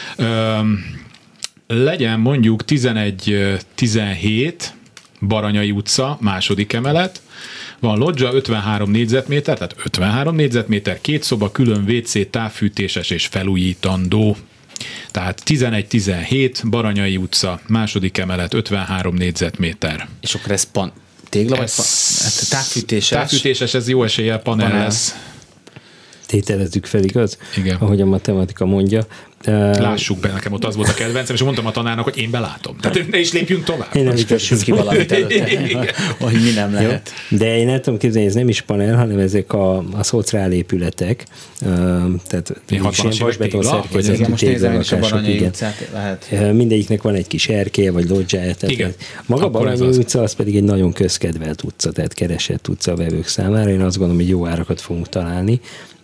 Üm, legyen mondjuk tizenegy tizenhét Baranyai utca, második emelet, van lodzsa, ötvenhárom négyzetméter, tehát ötvenhárom négyzetméter, két szoba, külön vé cé, távfűtéses és felújítandó. Tehát tizenegy tizenhét Baranyai utca, második emelet, ötvenhárom négyzetméter. És akkor ez pan- tégla ez vagy pa- távfűtéses? Távfűtéses, ez jó eséllyel panel, panel lesz. Tételezzük fel, igaz? Igen. Ahogy a matematika mondja. Lássuk be, nekem ott az volt a kedvencem, és mondtam a tanárnak, hogy én belátom. Tehát ne is lépjünk tovább. Én nem is ki valamit előtte, hogy mi nem lehet. Jó? De én nem tudom képzelni, ez nem is panel, hanem ezek a, a szociál épületek. Uh, tehát ilyen vasbeton szerkezetű téglalakások. Lehet. Mindegyiknek van egy kis erkély, vagy lodzsája. Maga Baranyi utca, az pedig egy nagyon közkedvelt utca, tehát keresett utca a vevők számára. Én azt gondolom, hogy jó árakat fogunk találni.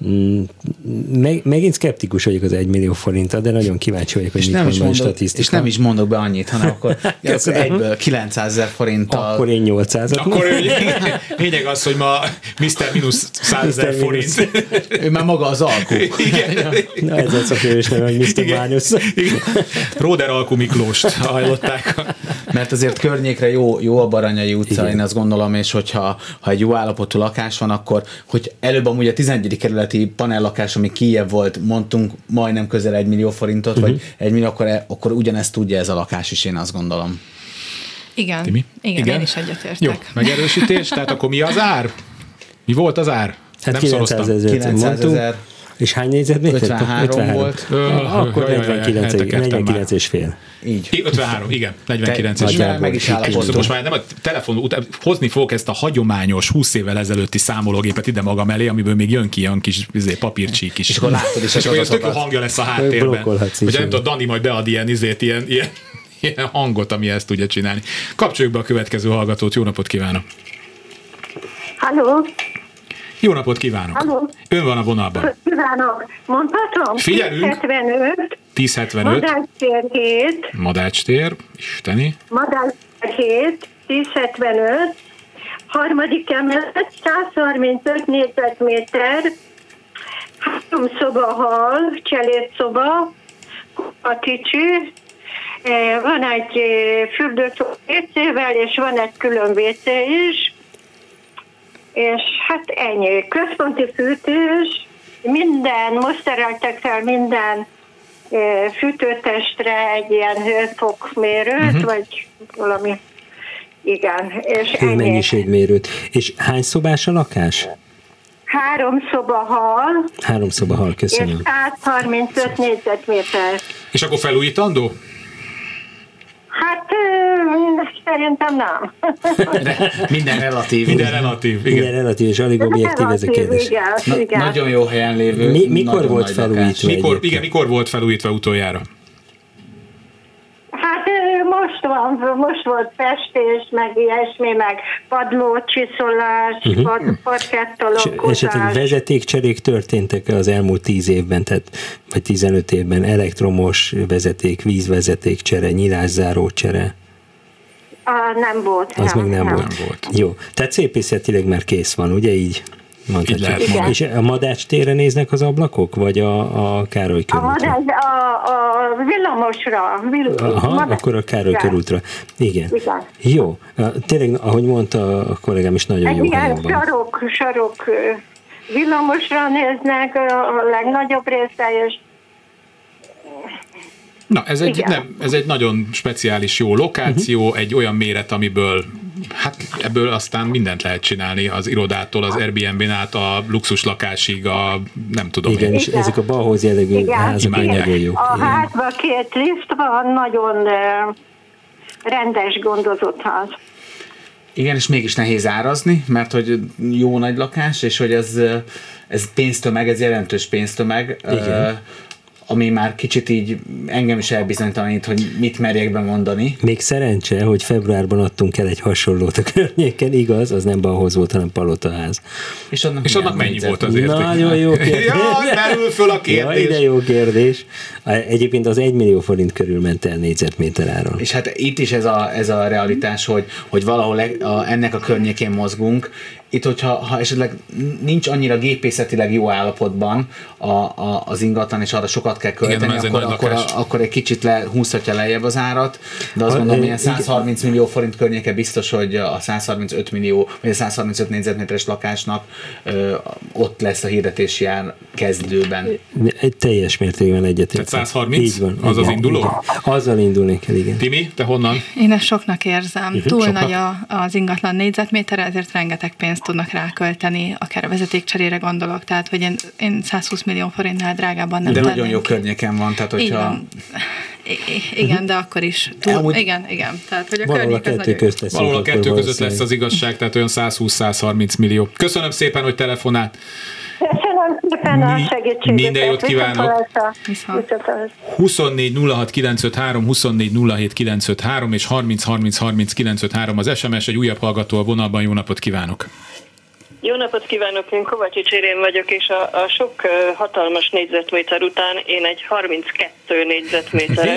Meg, megint szkeptikus vagyok az egymillió forinttal, de nagyon kíváncsi vagyok, hogy mit mondom a statisztika. És nem is mondok be annyit, hanem akkor, akkor egyből kilencszázezer forinttal. Akkor én nyolcszázat. Akkor ő, lényeg az, hogy ma miszter mínusz százezer forint. Ő már maga az alkú. Igen. Na ez az a fős neve, hogy miszter Mányusz. Róder Alkú Miklóst hajlották. Mert azért környékre jó, jó a Baranyai utca, igen. Én azt gondolom, és hogyha ha egy jó állapotú lakás van, akkor hogy előbb amúgy a tizenegyedik kerületi panellakás, ami kijebb volt, mondtunk majdnem közel egy millió forintot, uh-huh. vagy egy millió, akkor, akkor ugyanezt tudja ez a lakás is, én azt gondolom. Igen, igen, igen, én is egyetértek. Jó, megerősítés, tehát akkor mi az ár? Mi volt az ár? Hát kilencszázezer. És hány négyzetméter? ötvenhárom, ötvenhárom volt. Ö, akkor negyvenkilenc és fél. Így. ötvenhárom, igen, negyvenkilenc és fél. Meg is állapodtunk. Most már nem a telefon után, hozni fogok ezt a hagyományos húsz évvel ezelőtti számológépet ide magam elé, amiből még jön ki ilyen kis papírcsík is. És akkor látod is, és akkor tök jó hangja lesz a háttérben. Hogy nem tudom, Dani majd bead ilyen izét, ilyen, ilyen, ilyen hangot, ami ezt tudja csinálni. Kapcsoljuk be a következő hallgatót. Jó napot kívánok! Halló! Jó napot kívánok! Halló. Ön van a vonalban. Kívánok! Mondhatom? Figyelünk! tízhetvenöt tízhetvenöt Madácstér hét Madácstér, isteni. Madácstér hét tízhetvenöt Harmadik emelet, száz harmincöt négyzetméter, három szoba hal, cselédszoba, a kicsi, van egy fürdőszoba vécével, és van egy külön vécé is, és hát ennyi. Központi fűtés, minden, most szereltek fel minden fűtőtestre egy ilyen hőfokmérőt, uh-huh. vagy valami, igen, és ennyi. Hőmennyiségmérőt. És hány szobás a lakás? Három szoba hal. Három szoba hal, köszönöm. És száz harmincöt négyzetméter. És akkor felújítandó? Hát szerintem nem. Minden relatív. Minden relatív, igen. Minden relatív, és alig objektív ez a kérdés. Igen, Na, igen. Nagyon jó helyen lévő. Mi, mikor volt felújítva? Mikor, igen, mikor volt felújítva utoljára? Hát most van, most volt festés, meg ilyesmi, meg padlócsiszolás, uh-huh. pad, parkettalokozás. És esetleg vezetékcserék történtek az elmúlt tíz évben, tehát, vagy tizenöt évben, elektromos vezeték, vízvezeték csere, nyilászáró csere? Ah, nem volt. Az nem, még nem, nem. volt. nem volt. Jó, tehát szépészetileg már kész van, ugye így? Mondhatjuk. És a Madács térre néznek az ablakok, vagy a, a Károly körútra? A, a, a villamosra. Vill- Aha, Madács, akkor a Károly igen. körútra. Igen. Igen. Jó. Tényleg, ahogy mondta a kollégám is, nagyon egy jó ilyen helyen van. sarok, sarok villamosra néznek a legnagyobb része, és Na, ez egy, nem, ez egy nagyon speciális jó lokáció, uh-huh. egy olyan méret, amiből hát ebből aztán mindent lehet csinálni, az irodától, az Airbnb-n át a luxus lakásig, a nem tudom Igen, én. és ezek a Bauhaus jellegű igen, házak igen. nagyon jók. A házban két lift van, nagyon uh, rendes, gondozott ház. Igen, és mégis nehéz árazni, mert hogy jó nagy lakás, és hogy ez, ez pénztömeg, ez jelentős pénztömeg, igen. ami már kicsit így engem is elbizonytalanít, hogy mit merjek bemondani. Még szerencse, hogy februárban adtunk el egy hasonlót a környéken, igaz, az nem Bauhaus volt, hanem Palotaház. És annak, és annak mennyi volt az érték? Nagyon jó kérdés. Jaj, merül föl a kérdés. Jaj, de jó kérdés. Egyébként az egy millió forint körül ment el négyzetméter áron. És hát itt is ez a, ez a realitás, hogy, hogy valahol a, ennek a környékén mozgunk. Itt, hogyha ha esetleg nincs annyira gépészetileg jó állapotban a, a, az ingatlan, és arra sokat kell költeni, igen, akkor, akkor, a, akkor egy kicsit le, húzhatja lejjebb az árat, de azt a, mondom, ilyen száz harminc millió forint környéke biztos, hogy a száz harmincöt millió, vagy a száz harmincöt négyzetméteres lakásnak ö, ott lesz a hirdetési ár kezdőben. Egy teljes mértékben egyetért. Tehát száz harminc? Így van. Az igen, az induló? Igen. Azzal indulnék el, igen. Timi, te honnan? Én ezt soknak érzem. Uh-huh, Túl soknak? nagy a, az ingatlan négyzetméter, ezért rengeteg pénzt tudnak rákölteni, akár a vezetékcserére gondolok, tehát hogy én, én száz húsz millió forintnál drágábban nem de tennénk. Nagyon jó környéken van, tehát hogyha... I- igen, uh-huh. de akkor is. Túl, Elmúgy... Igen, igen. Tehát, hogy a Valahol a környék kettő közt lesz. Valahol a kettő között lesz az igazság, tehát olyan száz húsz száz harminc millió. Köszönöm szépen, hogy telefonált. Köszönöm szépen a segítséget. Minden jót kívánok. huszonnégy nulla hat kilencszázötvenhárom, huszonnégy nulla hét kilencszázötvenhárom és harminc harminc harminc kilencszázötvenhárom az es em es, egy újabb hallgató a vonalban. Jó napot kívánok! Jó napot kívánok, én Kovacsics Irén vagyok, és a, a sok uh, hatalmas négyzetméter után én egy harminckettő négyzetméteres,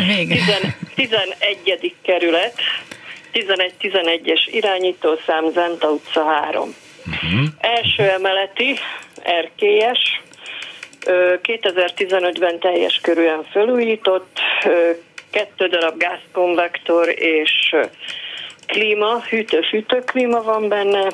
tizenegyedik kerület, tizenegy tizenegyes irányítószám, Zenta utca három. Uh-huh. Első emeleti, erkélyes, kétezer-tizenötben teljes körűen felújított, kettő darab gázkonvektor és klíma, hűtő-fűtő klíma van benne.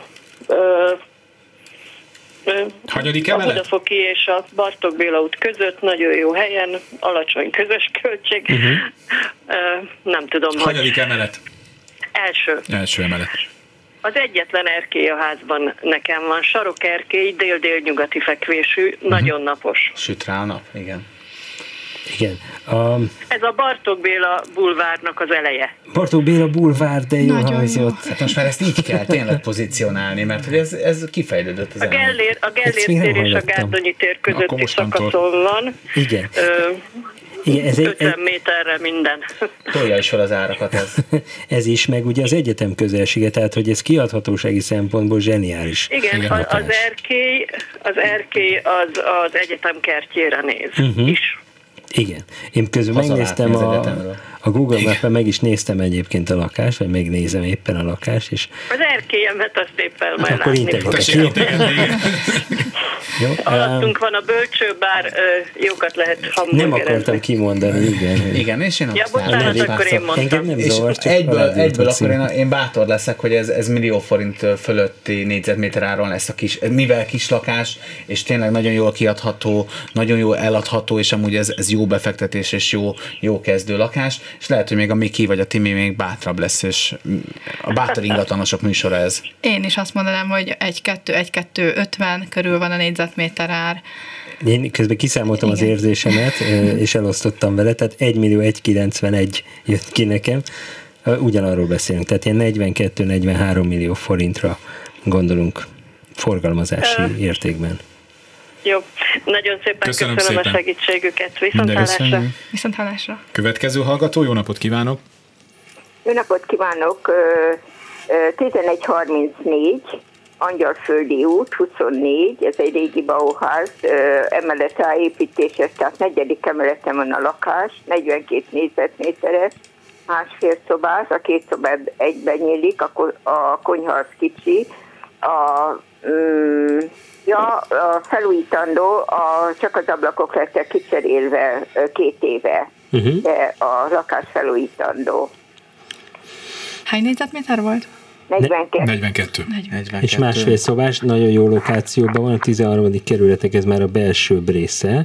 Hanyadik a emelet? Budafoki és a Bartók Béla út között, nagyon jó helyen, alacsony közös költség. Uh-huh. Nem tudom. Hanyadik emelet? Első. Első emelet. Az egyetlen erkély a házban nekem van, sarokerkély, dél-dél-nyugati fekvésű, uh-huh. nagyon napos. Süt rá a nap, igen. Igen. Um, Ez a Bartók Béla bulvárnak az eleje. Bartók Béla bulvár, de jó hangzott. Hát most már ezt így kell tényleg pozícionálni, mert hogy ez, ez kifejlődött az a Gellér, a Gellér tér és a Gárdonyi tér közötti szakaszon van. Igen. Ö, Igen, ez ötven egy, méterre minden. Tolja is fel az árakat ez. Ez is, meg ugye az egyetem közelsége, tehát hogy ez kiadhatósági szempontból zseniális. Igen, Igen az, az erkély, az erkély az, az egyetem kertjére néz uh-huh. is. Igen. Én közben Haza megnéztem a, a Google Map-en, meg is néztem egyébként a lakást, vagy megnézem éppen a lakást, és... Az erkélyemet azt éppen majd akkor látni. Jó? Alattunk van a bölcsőbár, jókat lehet hamburgerezni. Nem akartam kimondani, igen. Igen, és én ja, bocsánat, akkor én mondtam. Engem nem zavar, csak egyből, egyből akkor én, én bátor leszek, hogy ez, ez millió forint fölötti négyzetméter áron lesz a kis, mivel kis lakás, és tényleg nagyon jól kiadható, nagyon jól eladható, és amúgy ez, ez jó befektetés, és jó, jó kezdő lakás, és lehet, hogy még a Miki vagy a Timi még bátrabb lesz, és a bátor ingatlanosok műsora ez. Én is azt mondanám, hogy egy-kettő, egy-kettő ötven körül van a négyzetméter ár. Én közben kiszámoltam Igen. az érzésemet, és elosztottam vele, tehát egymillió százkilencvenegy jött ki nekem. Ugyanarról beszélünk, tehát ilyen negyvenkettő-negyvenhárom millió forintra gondolunk forgalmazási uh. értékben. Jó, nagyon szépen köszönöm, köszönöm szépen. a segítségüket. Viszonthallásra. Viszonthallásra. Következő hallgató, jó napot kívánok! Jó napot kívánok! tizenegy harmincnégy, Angyalföldi út, huszonnégy, ez egy régi Bauház, emelet építéses, tehát negyedik emeleten van a lakás, negyvenkét négyzetméteres, másfél szobás, a két szoba egyben nyílik, a konyha az kicsi, a... Mm, Ja, a felújítandó, a, csak az ablakok lettek kicserélve két éve, uh-huh. de a lakás felújítandó. Hány négyzetméter volt? negyvenkettő. negyvenkettő. negyvenkettő. És másfél szobás, nagyon jó lokációban van, a tizenharmadik kerületek, ez már a belsőbb része,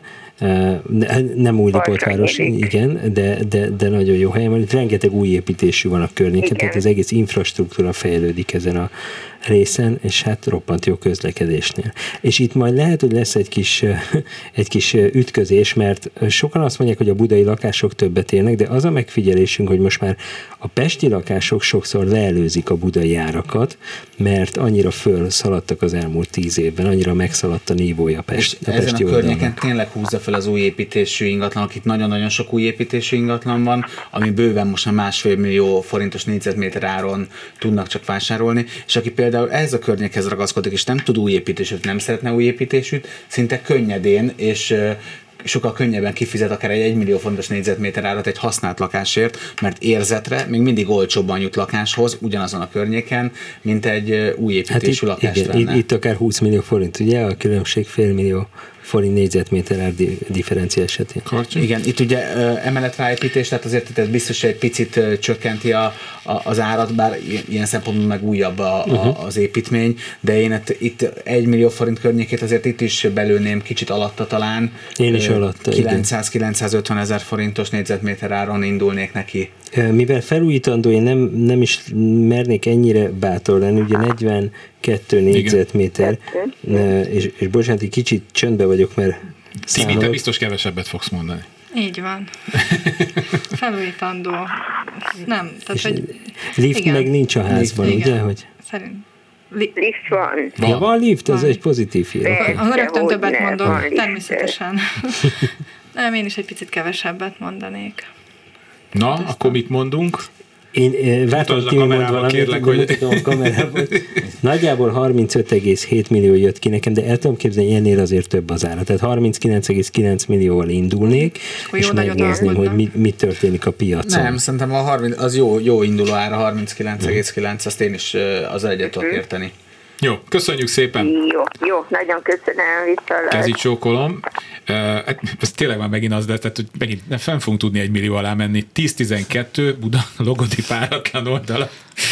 nem új Lipótváros, igen, de, de, de nagyon jó helyen van, itt rengeteg új építésű van a környéken, igen. Tehát az egész infrastruktúra fejlődik ezen a részen, és hát roppant jó közlekedésnél. És itt majd lehet, hogy lesz egy kis, egy kis ütközés, mert sokan azt mondják, hogy a budai lakások többet érnek, de az a megfigyelésünk, hogy most már a pesti lakások sokszor leelőzik a budai árakat, mert annyira fölszaladtak az elmúlt tíz évben, annyira megszaladt a nívója a, Pest, a pesti pesti oldalnak. Ezen a környéken tényleg húzza fel az új építésű ingatlanok, itt nagyon-nagyon sok új építésű ingatlan van, ami bőven most már másfél millió forintos négyzetméter áron tudnak csak vásárolni, és aki például ehhez a környékhez ragaszkodik, és nem tud új építésűt, nem szeretne új építésűt, szinte könnyedén, és sokkal könnyebben kifizet akár egy egymillió forintos négyzetméter árat egy használt lakásért, mert érzetre még mindig olcsóbban jut lakáshoz, ugyanazon a környéken, mint egy új építésű hát lakás igen, lenne. Itt akár húsz millió forint, ugye? A különbség fél millió forint négyzetméter ár differencia esetén. Karcsi? Igen, itt ugye emeletráépítés, tehát azért ez biztos, hogy egy picit csökkenti a, a, az árat, bár ilyen szempontból meg újabb a, uh-huh. az építmény, de én itt egy millió forint környékét azért itt is belőném kicsit alatta talán. Én is alatta. kilencszáz-kilencszázötven ezer forintos négyzetméter áron indulnék neki. Mivel felújítandó, én nem, nem is mernék ennyire bátor lenni, ugye negyvenkettő négyzetméter, és, és bocsánat, egy kicsit csöndbe vagyok, mert Timi, te biztos kevesebbet fogsz mondani. Így van. Felújítandó. Nem, tehát, hogy... Lift igen. meg nincs a házban, igen. ugye? Hogy... Szerint. Lift van. van. Ja, van lift, ez van. Egy pozitív hír. Okay. Az rögtön többet mondok, természetesen. Nem, én is egy picit kevesebbet mondanék. Na, hát akkor mit mondunk? Én vártam, hogy mond valamit, kérlek, hogy... mutatom a kamerában. Nagyjából harmincöt egész hét millió jött ki nekem, de el tudom képzelni, ennél azért több az ára. Tehát harminckilenc egész kilenc millióval indulnék, és, és megnézném, hogy mi, mi történik a piacon. Nem, szerintem a harminc, az jó, jó induló ára, harminckilenc egész kilenc, azt én is az egyet tudok érteni. Jó, köszönjük szépen! Jó, jó, nagyon köszönöm, viszont. Kezi csókolom. Uh, ez tényleg már megint az, de tehát, hogy megint nem fenn fogunk tudni egy millió alá menni. tíz tizenkettő Buda logodip páratlan oldala.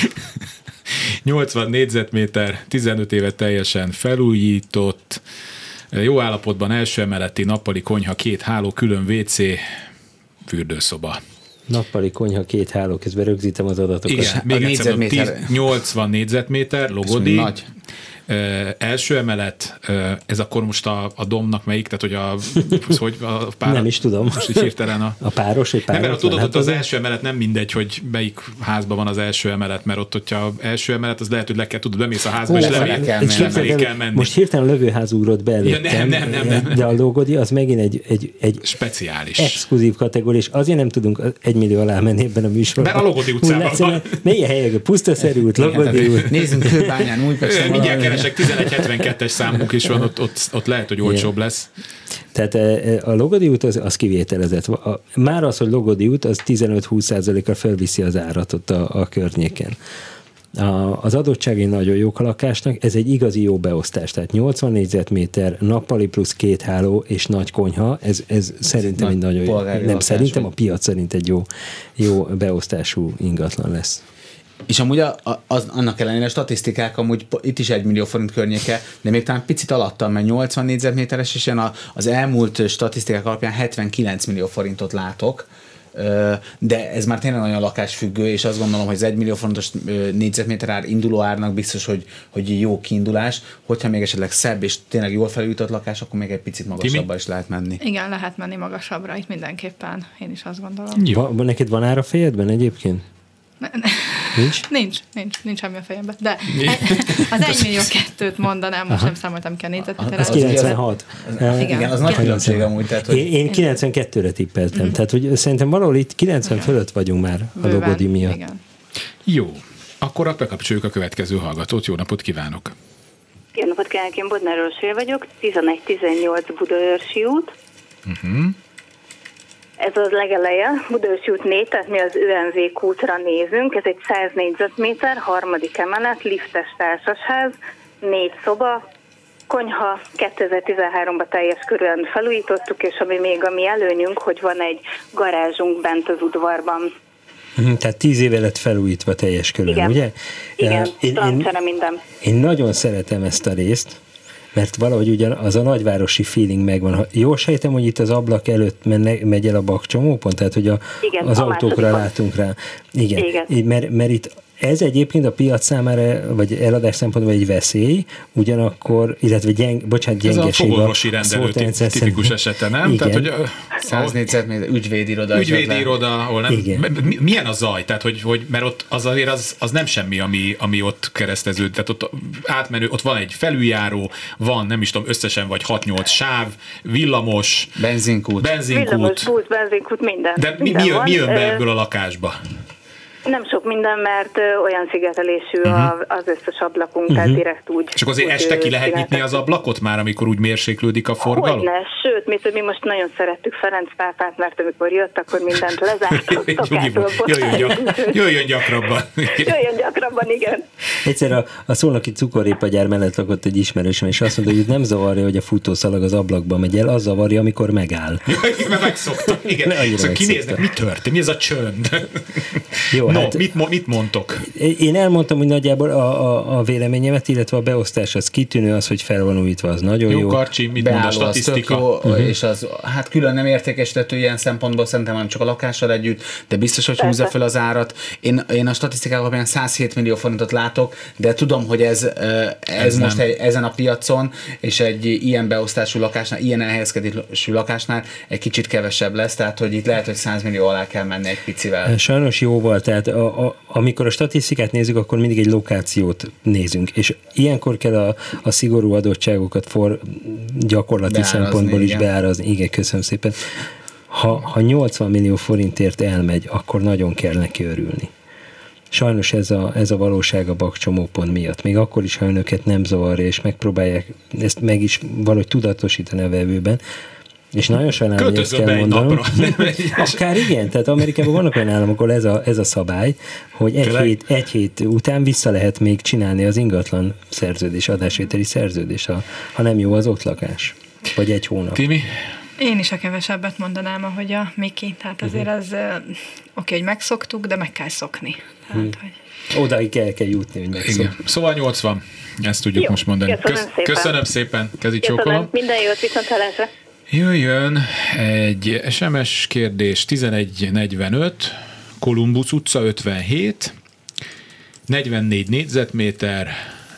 nyolcvan négyzetméter, tizenöt éve teljesen felújított, jó állapotban első emeleti nappali konyha, két háló, külön vé cé, fürdőszoba. Nappali konyha, két háló, közben rögzítem az adatokat. Igen, még egyszer mondom, nyolcvan négyzetméter, logodip, Ö, első emelet, ö, ez akkor most a, a domnak melyik, tehát hogy a, hogy a pár, nem is tudom. Most így hirtelen a... A páros, egy páros. Nem, mert tudod, ott az, az első emelet nem mindegy, hogy melyik házban van az első emelet, mert ott, hogyha első emelet, az lehet, hogy le kell, tudod, bemész a házba, és lefelé kell, kell menni. Most hirtelen lövőház ugrott be előttem, ja, nem, nem, nem, nem. de a logodi az megint egy, egy, egy speciális, exkluzív kategória, és azért nem tudunk egy millió alá menni ebben a műsorban. Mert a Logodi utcában van. Milyen helyek? Pusztaszerű út, Logodi út. Nézzünk Kőbányán, Újpesten. Mindjárt keresek, tizenegy hetvenkettes számunk is van, ott, ott, ott lehet, hogy olcsóbb lesz. Tehát a Logodi út az, az kivételezett. Már az, hogy Logodi út, az tizenöt-húsz százalékra felviszi az árat ott a, a környéken. A, az adottságai nagyon jók a lakásnak, ez egy igazi jó beosztás, tehát nyolcvan négyzetméter, nappali plusz két háló és nagy konyha, ez, ez szerintem egy nagyon jó, nem szerintem, vagy? A piac szerint egy jó, jó beosztású ingatlan lesz. És amúgy a, az, annak ellenére a statisztikák amúgy itt is egy millió forint környéke, de még talán picit alattam, mert nyolcvan négyzetméteres, és az elmúlt statisztikák alapján hetvenkilenc millió forintot látok, de ez már tényleg nagyon lakásfüggő, és azt gondolom, hogy az egy millió forintos négyzetméter ár induló árnak biztos, hogy, hogy jó kiindulás. Hogyha még esetleg szebb és tényleg jól felújított lakás, akkor még egy picit magasabbra is lehet menni. Igen, lehet menni magasabbra, itt mindenképpen. Én is azt gondolom. Va, neked van ára fejedben egyébként? Nincs? Nincs, nincs, nincs semmi a fejemben. De az egy millió kettőt mondanám, most Aha. nem számoltam ki a négyzetméterre. Az kilencvenhat. Az, igen, igen, az nagy különbség amúgy. Tehát, hogy... Én, én kilencvenkettőre tippeltem, mm-hmm. tehát hogy szerintem valahol itt kilencven igen. fölött vagyunk már Bőven. a Logodi miatt. Igen. Jó, akkor bekapcsoljuk a következő hallgatót. Jó napot kívánok! Jó napot kívánok, én Bodnár Orsolya vagyok, tizenegy tizennyolc Budaörsi út. Uh-huh. Ez az legeleje, Budaörsi út négy, tehát mi az ÖMV kútra nézünk, ez egy száz négyzetméter, harmadik emelet, liftes társasház, négy szoba, konyha, kétezer-tizenháromban teljes körülön felújítottuk, és ami még a mi előnyünk, hogy van egy garázsunk bent az udvarban. Tehát tíz éve lett felújítva teljes körülön, igen. ugye? Igen, én, én, minden. Én nagyon szeretem ezt a részt, mert valahogy ugyan az a nagyvárosi feeling megvan. Jól sejtem, hogy itt az ablak előtt menne, megy el a bakcsomópont, tehát hogy a, igen, az a autókra látunk rá. Igen, Igen. Mert, mert itt ez egyébként a piac számára, vagy eladás szempontból egy veszély, ugyanakkor, illetve gyeng, bocsánat, gyengeség. Ez a fogorvosi rendelő tipikus esete, nem? Igen. Tehát, hogy száz négyzetméter ügyvédiroda. Ügyvédiroda, ahol nem. Igen. Milyen a zaj? Tehát, hogy, hogy mert ott az azért az, az nem semmi, ami, ami ott kereszteződ. Tehát ott átmenő, ott van egy felüljáró, van, nem is tudom, összesen vagy hat-nyolc sáv, villamos, benzinkút. benzinkút. Villamos, busz, benzinkút, minden. De minden mi, mi, mi jön be van. ebből a lakásba? Nem sok minden, mert olyan szigetelésű uh-huh. az összes ablakunk, uh-huh. tehát direkt úgy. Csak azért este ki lehet nyitni az ablakot már, amikor úgy mérséklődik a forgalom? Hogyne, sőt, mi, mi most nagyon szerettük Ferenc pápát, mert amikor jött, akkor mindent lezártottak. jöjjön, gyak, jöjjön gyakrabban. Jöjjön gyakrabban, igen. Egyszer a, a szolnoki cukorrépagyár mellett lakott egy ismerősöm, és azt mondta, hogy nem zavarja, hogy a futószalag az ablakba megy el, az zavarja, amikor megáll. Mert megszoktam, igen. Szóval kinéznek, mi történt, mi ez a csönd? Jó, no, hát, mit, mit mondtok? Én elmondtam, hogy nagyjából a, a, a véleményemet, illetve a beosztás az kitűnő, az, hogy fel van újítva, az nagyon jó. Jó, Karcsi, mit mond a statisztika? Jó, uh-huh. És az, hát külön nem értékesítető ilyen szempontból, szerintem nem csak a lakással együtt, de biztos, hogy húzza fel az árat. Én, én a statisztikák alapján száz hét millió forintot látok, de tudom, hogy ez, ez, ez most egy, ezen a piacon, és egy ilyen beosztású lakásnál, ilyen elhelyezkedésű lakásnál egy kicsit kevesebb lesz, tehát hogy itt lehet, hogy száz millió alá kell menni egy picivel. Sajnos jó volt, tehát a, a, amikor a statisztikát nézzük, akkor mindig egy lokációt nézünk, és ilyenkor kell a, a szigorú adottságokat for gyakorlati beárazni, szempontból is igen. beárazni. Igen, köszönöm szépen. Ha, ha nyolcvan millió forintért elmegy, akkor nagyon kell neki örülni. Sajnos ez a, ez a valóság a bakcsomópont miatt. Még akkor is, ha önöket nem zavarja, és megpróbálják ezt meg is valahogy tudatosítani a vevőben, és nagyon sajnálom, hogy ezt kell mondanom. Akár igen, tehát Amerikában vannak olyan államok, ahol ez a, ez a szabály, hogy egy hét, egy hét után vissza lehet még csinálni az ingatlan szerződés, adásvételi szerződés, ha, ha nem jó az ott lakás. Vagy egy hónap. Timi? Én is a kevesebbet mondanám, ahogy a Miki. Tehát azért az uh, oké, hogy megszoktuk, de meg kell szokni. Tehát, hmm. hogy... Odáig kell, kell jutni, hogy megszoktuk. Szóval nyolcvan, ezt tudjuk jó, most mondani. Köszönöm Kösz, szépen. Köszönöm szépen, kezi csókolom. Minden jót, viszontlátásra. Jöjjön egy es em es kérdés, tizenegy negyvenöt, Kolumbusz utca ötvenhét, negyvennégy négyzetméter,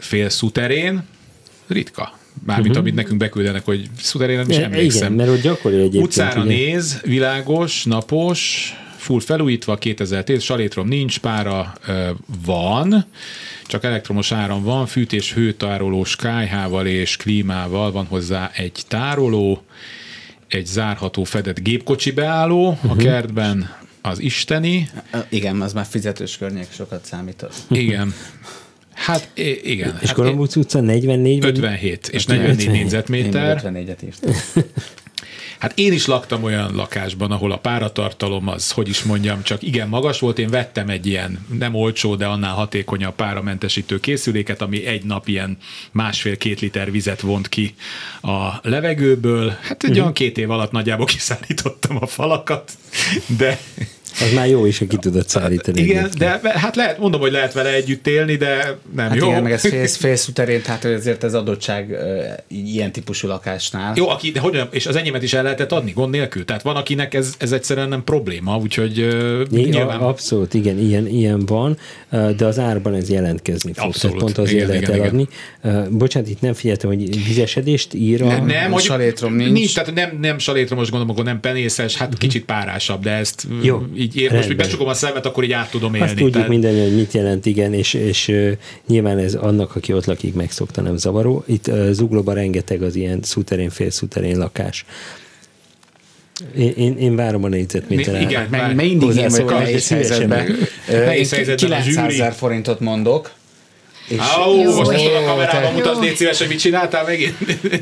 félszuterén, ritka. Mármint, uh-huh. amit nekünk beküldenek, hogy szuterénen is Igen, emlékszem. mert ott gyakori egyébként. Utcára ugye? néz, világos, napos, full felújítva, kétezer-tíz, salétrom nincs, pára ö, van, csak elektromos áram van, fűtés, hőtárolós kályhával és klímával, van hozzá egy tároló, egy zárható fedett gépkocsi beálló, uh-huh. a kertben az isteni. Igen, az már fizetős környék, sokat számított. Igen. Hát igen. És hát Kolumbusz utca negyvennégy? ötvenhét, és negyvennégy négyzetméter. Én ötvennégyet írtam. Hát én is laktam olyan lakásban, ahol a páratartalom az, hogy is mondjam, csak igen magas volt. Én vettem egy ilyen nem olcsó, de annál hatékonyabb páramentesítő készüléket, ami egy nap ilyen másfél-két liter vizet vont ki a levegőből. Hát egy uh-huh. olyan két év alatt nagyjából kiszállítottam a falakat, de... Az már jó is, hogy ki tudod szállítani. Igen, de hát lehet, mondom, hogy lehet vele együtt élni, de nem hát jó. Igen, meg ez fél, félszuterén, tehát ezért ez adottság ilyen típusú lakásnál. Jó, aki, de hogy, és az enyémet is el lehetett adni gond nélkül. Tehát van, akinek ez, ez egyszerűen nem probléma, úgyhogy uh, nyilván... Abszolút, igen, ilyen, ilyen van, de az árban ez jelentkezni fog. Abszolút. Pont azért igen, lehet igen, eladni. Igen. Bocsánat, itt nem figyeltem, hogy vizesedést ír a... Nem, nem hogy salétrom nincs. Nincs, tehát nem, nem salétromos, gondolom, akkor nem penészes, hát uh-huh. kicsit párásabb, de ezt jó, így ér, most, hogy becsukom a szemet, akkor így át tudom élni. Azt tudjuk tehát... mindenki, hogy mit jelent, igen, és, és uh, nyilván ez annak, aki ott lakik, megszokta, nem zavaró. Itt uh, Zuglóban rengeteg az ilyen szuterén, félszuterén lakás. Én, én, én várom a négyzetméter. Igen, meg mindig én vagyok a nehéz helyzetben. kilencszázezer forintot mondok. És Ó, jó, most ezt a kamerában mutatsz, légy szíves, hogy mit csináltál megint?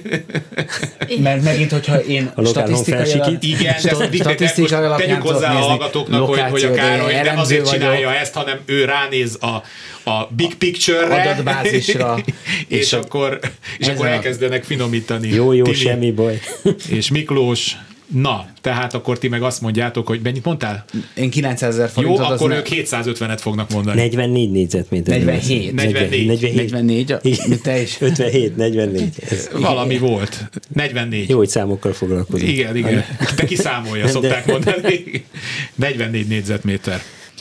Mert megint, hogyha én a statisztikai alapján... Igen, statisztikai alapján tegyük hozzá a hallgatóknak, hogy, hogy a Károly nem azért csinálja vagyok. Ezt, hanem ő ránéz a, a big picture-re. Adatbázisra. és, és akkor, és akkor elkezdenek finomítani. Jó, jó, Timi semmi baj. És Miklós. Na, tehát akkor ti meg azt mondjátok, hogy mennyit mondtál? Én kilencszázezer forintot. Jó, akkor ők hétszázötvenet fognak mondani. negyvennégy négyzetméter. negyvenhét. negyvennégy. negyvennégy. Mint te is. ötvenhét, negyvennégy. Ez valami volt. negyvennégy. Jó, hogy számokkal foglalkozunk. Igen, igen. Te kiszámolja, szokták mondani. negyvennégy négyzetméter.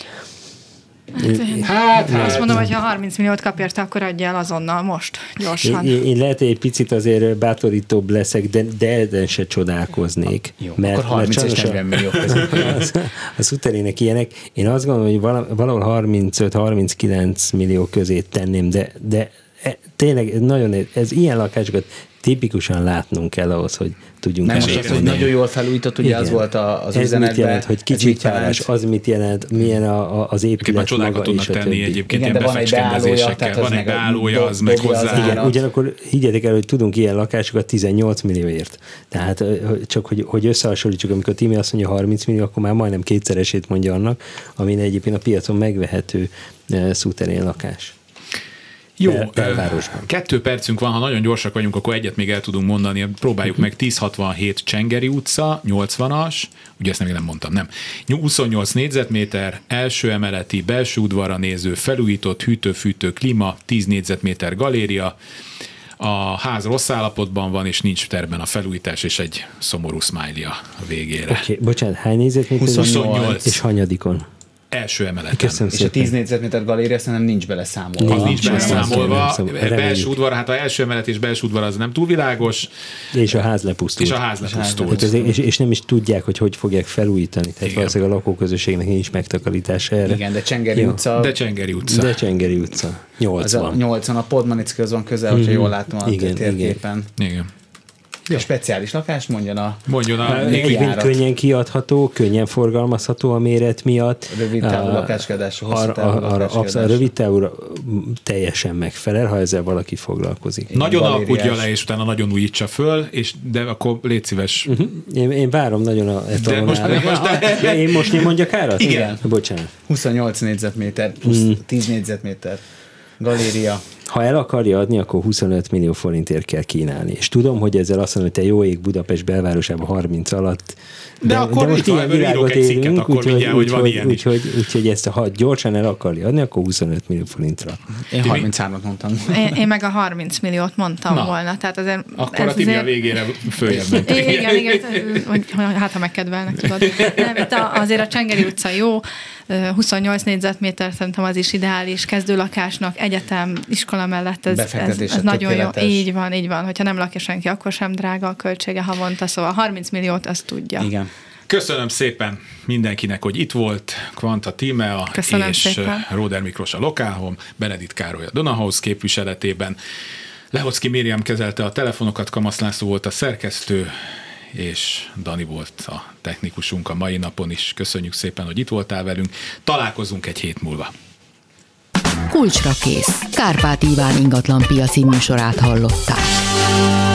Hát, hát, azt mondom, hogy ha harminc milliót kap érte, akkor adja el azonnal most, gyorsan. Én, én lehet, hogy egy picit azért bátorítóbb leszek, de, de de se csodálkoznék. Jó, mert, akkor harminc és negyven millió között. A szuterének ilyenek. Én azt gondolom, hogy valahol harmincöt harminckilenc millió közé tenném, de, de tényleg nagyon, ez ilyen lakásokat tipikusan látnunk kell ahhoz, hogy tudjunk. Nem most az, hogy nagyon jól felújított, ugye az volt az ez üzenetben. Ez mit jelent, hogy kicsit párás, az mit jelent, milyen a, a, az épület maga tudnak és a tenni többi. egyébként ilyen befecskendezésekkel. Van egy beállója, az meg hozzá. Igen, ugyanakkor higgyetek el, hogy tudunk ilyen lakásokat tizennyolc millióért. Tehát csak, hogy, hogy összehasonlítsuk, amikor Timi azt mondja harminc millió, akkor már majdnem kétszeresét mondja annak, amin egyébként a piacon megvehető szuterén lakás. Jó, kettő percünk van, ha nagyon gyorsak vagyunk, akkor egyet még el tudunk mondani. Próbáljuk meg. tíz hatvanhét Csengeri utca, nyolcvanas, ugye ezt még nem mondtam, nem. huszonnyolc négyzetméter, első emeleti, belső udvarra néző, felújított, hűtő-fűtő, klíma, tíz négyzetméter galéria. A ház rossz állapotban van, és nincs terben a felújítás, és egy szomorú smiley a végére. Oké, okay, bocsánat, hány négyzetméter? huszonnyolc. És hanyadikon? Első emeleten. Köszönöm és szépen. a tíz négyzetméter galéria szerintem nincs beleszámolva. Az nincs beleszámolva. Belső udvar, hát a első emelet és belső udvar az nem túl világos. És a ház lepusztult. És a ház lepusztult. Hát az, és, és nem is tudják, hogy hogy fogják felújítani. Tehát valószínűleg a lakóközösségnek nincs megtakarítása erre. Igen, de Csengeri utca. De Csengeri utca. De Csengeri utca. nyolcvan. A nyolcvan, a Podmanicki van közel, hogyha jól látom a igen, térképen. Igen. igen. Ja. Speciális lakás, mondjon a... Mondjon a... Egyébként könnyen kiadható, könnyen forgalmazható a méret miatt. Rövid távú lakáskadású, hosszú távú lakáskadású. A rövid távúra teljesen megfelel, ha ezzel valaki foglalkozik. Én nagyon alkudja le, és utána nagyon újítsa föl, és de akkor légy szíves. Uh-huh. Én, én várom nagyon a etalonára. Most, de... Én most én mondjak árat? Igen. Bocsánat. huszonnyolc négyzetméter, plusz mm. tíz négyzetméter. Galéria. Ha el akarja adni, akkor huszonöt millió forintért kell kínálni. És tudom, hogy ezzel azt mondom, hogy te jó ég Budapest belvárosában harminc alatt. De, de akkor de most ilyen világot élünk, akkor úgyhogy, mindjárt, hogy van ilyen úgy, úgy, Úgyhogy ezt, ha gyorsan el akarja adni, akkor huszonöt millió forintra. Én harminchárom mondtam. Én, én meg a harminc milliót mondtam Na, volna. Tehát azért, akkor a Tibi a végére följebb ment. Igen, igen, hogy, hogy hát ha megkedvelnek, tudod. Nem, itt a, azért a Csengeri utca jó, huszonnyolc négyzetméter szerintem az is ideális kezdőlakásnak, egyetem, iskola mellett ez, ez, ez nagyon jó. Így van, így van. Hogyha nem lakja senki, akkor sem drága a költsége havonta, szóval harminc milliót azt tudja. Igen. Köszönöm szépen mindenkinek, hogy itt volt, Kvanta Tímea Köszönöm és szépen. Róder Miklós a Lokálhom, Benedikt Károly a Donahouse képviseletében. Lehocki Miriam kezelte a telefonokat, Kamasz László volt a szerkesztő, és Dani volt a technikusunk a mai napon is. Köszönjük szépen, hogy itt voltál velünk. Találkozunk egy hét múlva. Kulcsra kész. Kárpát Iván ingatlan piaci műsorát hallották.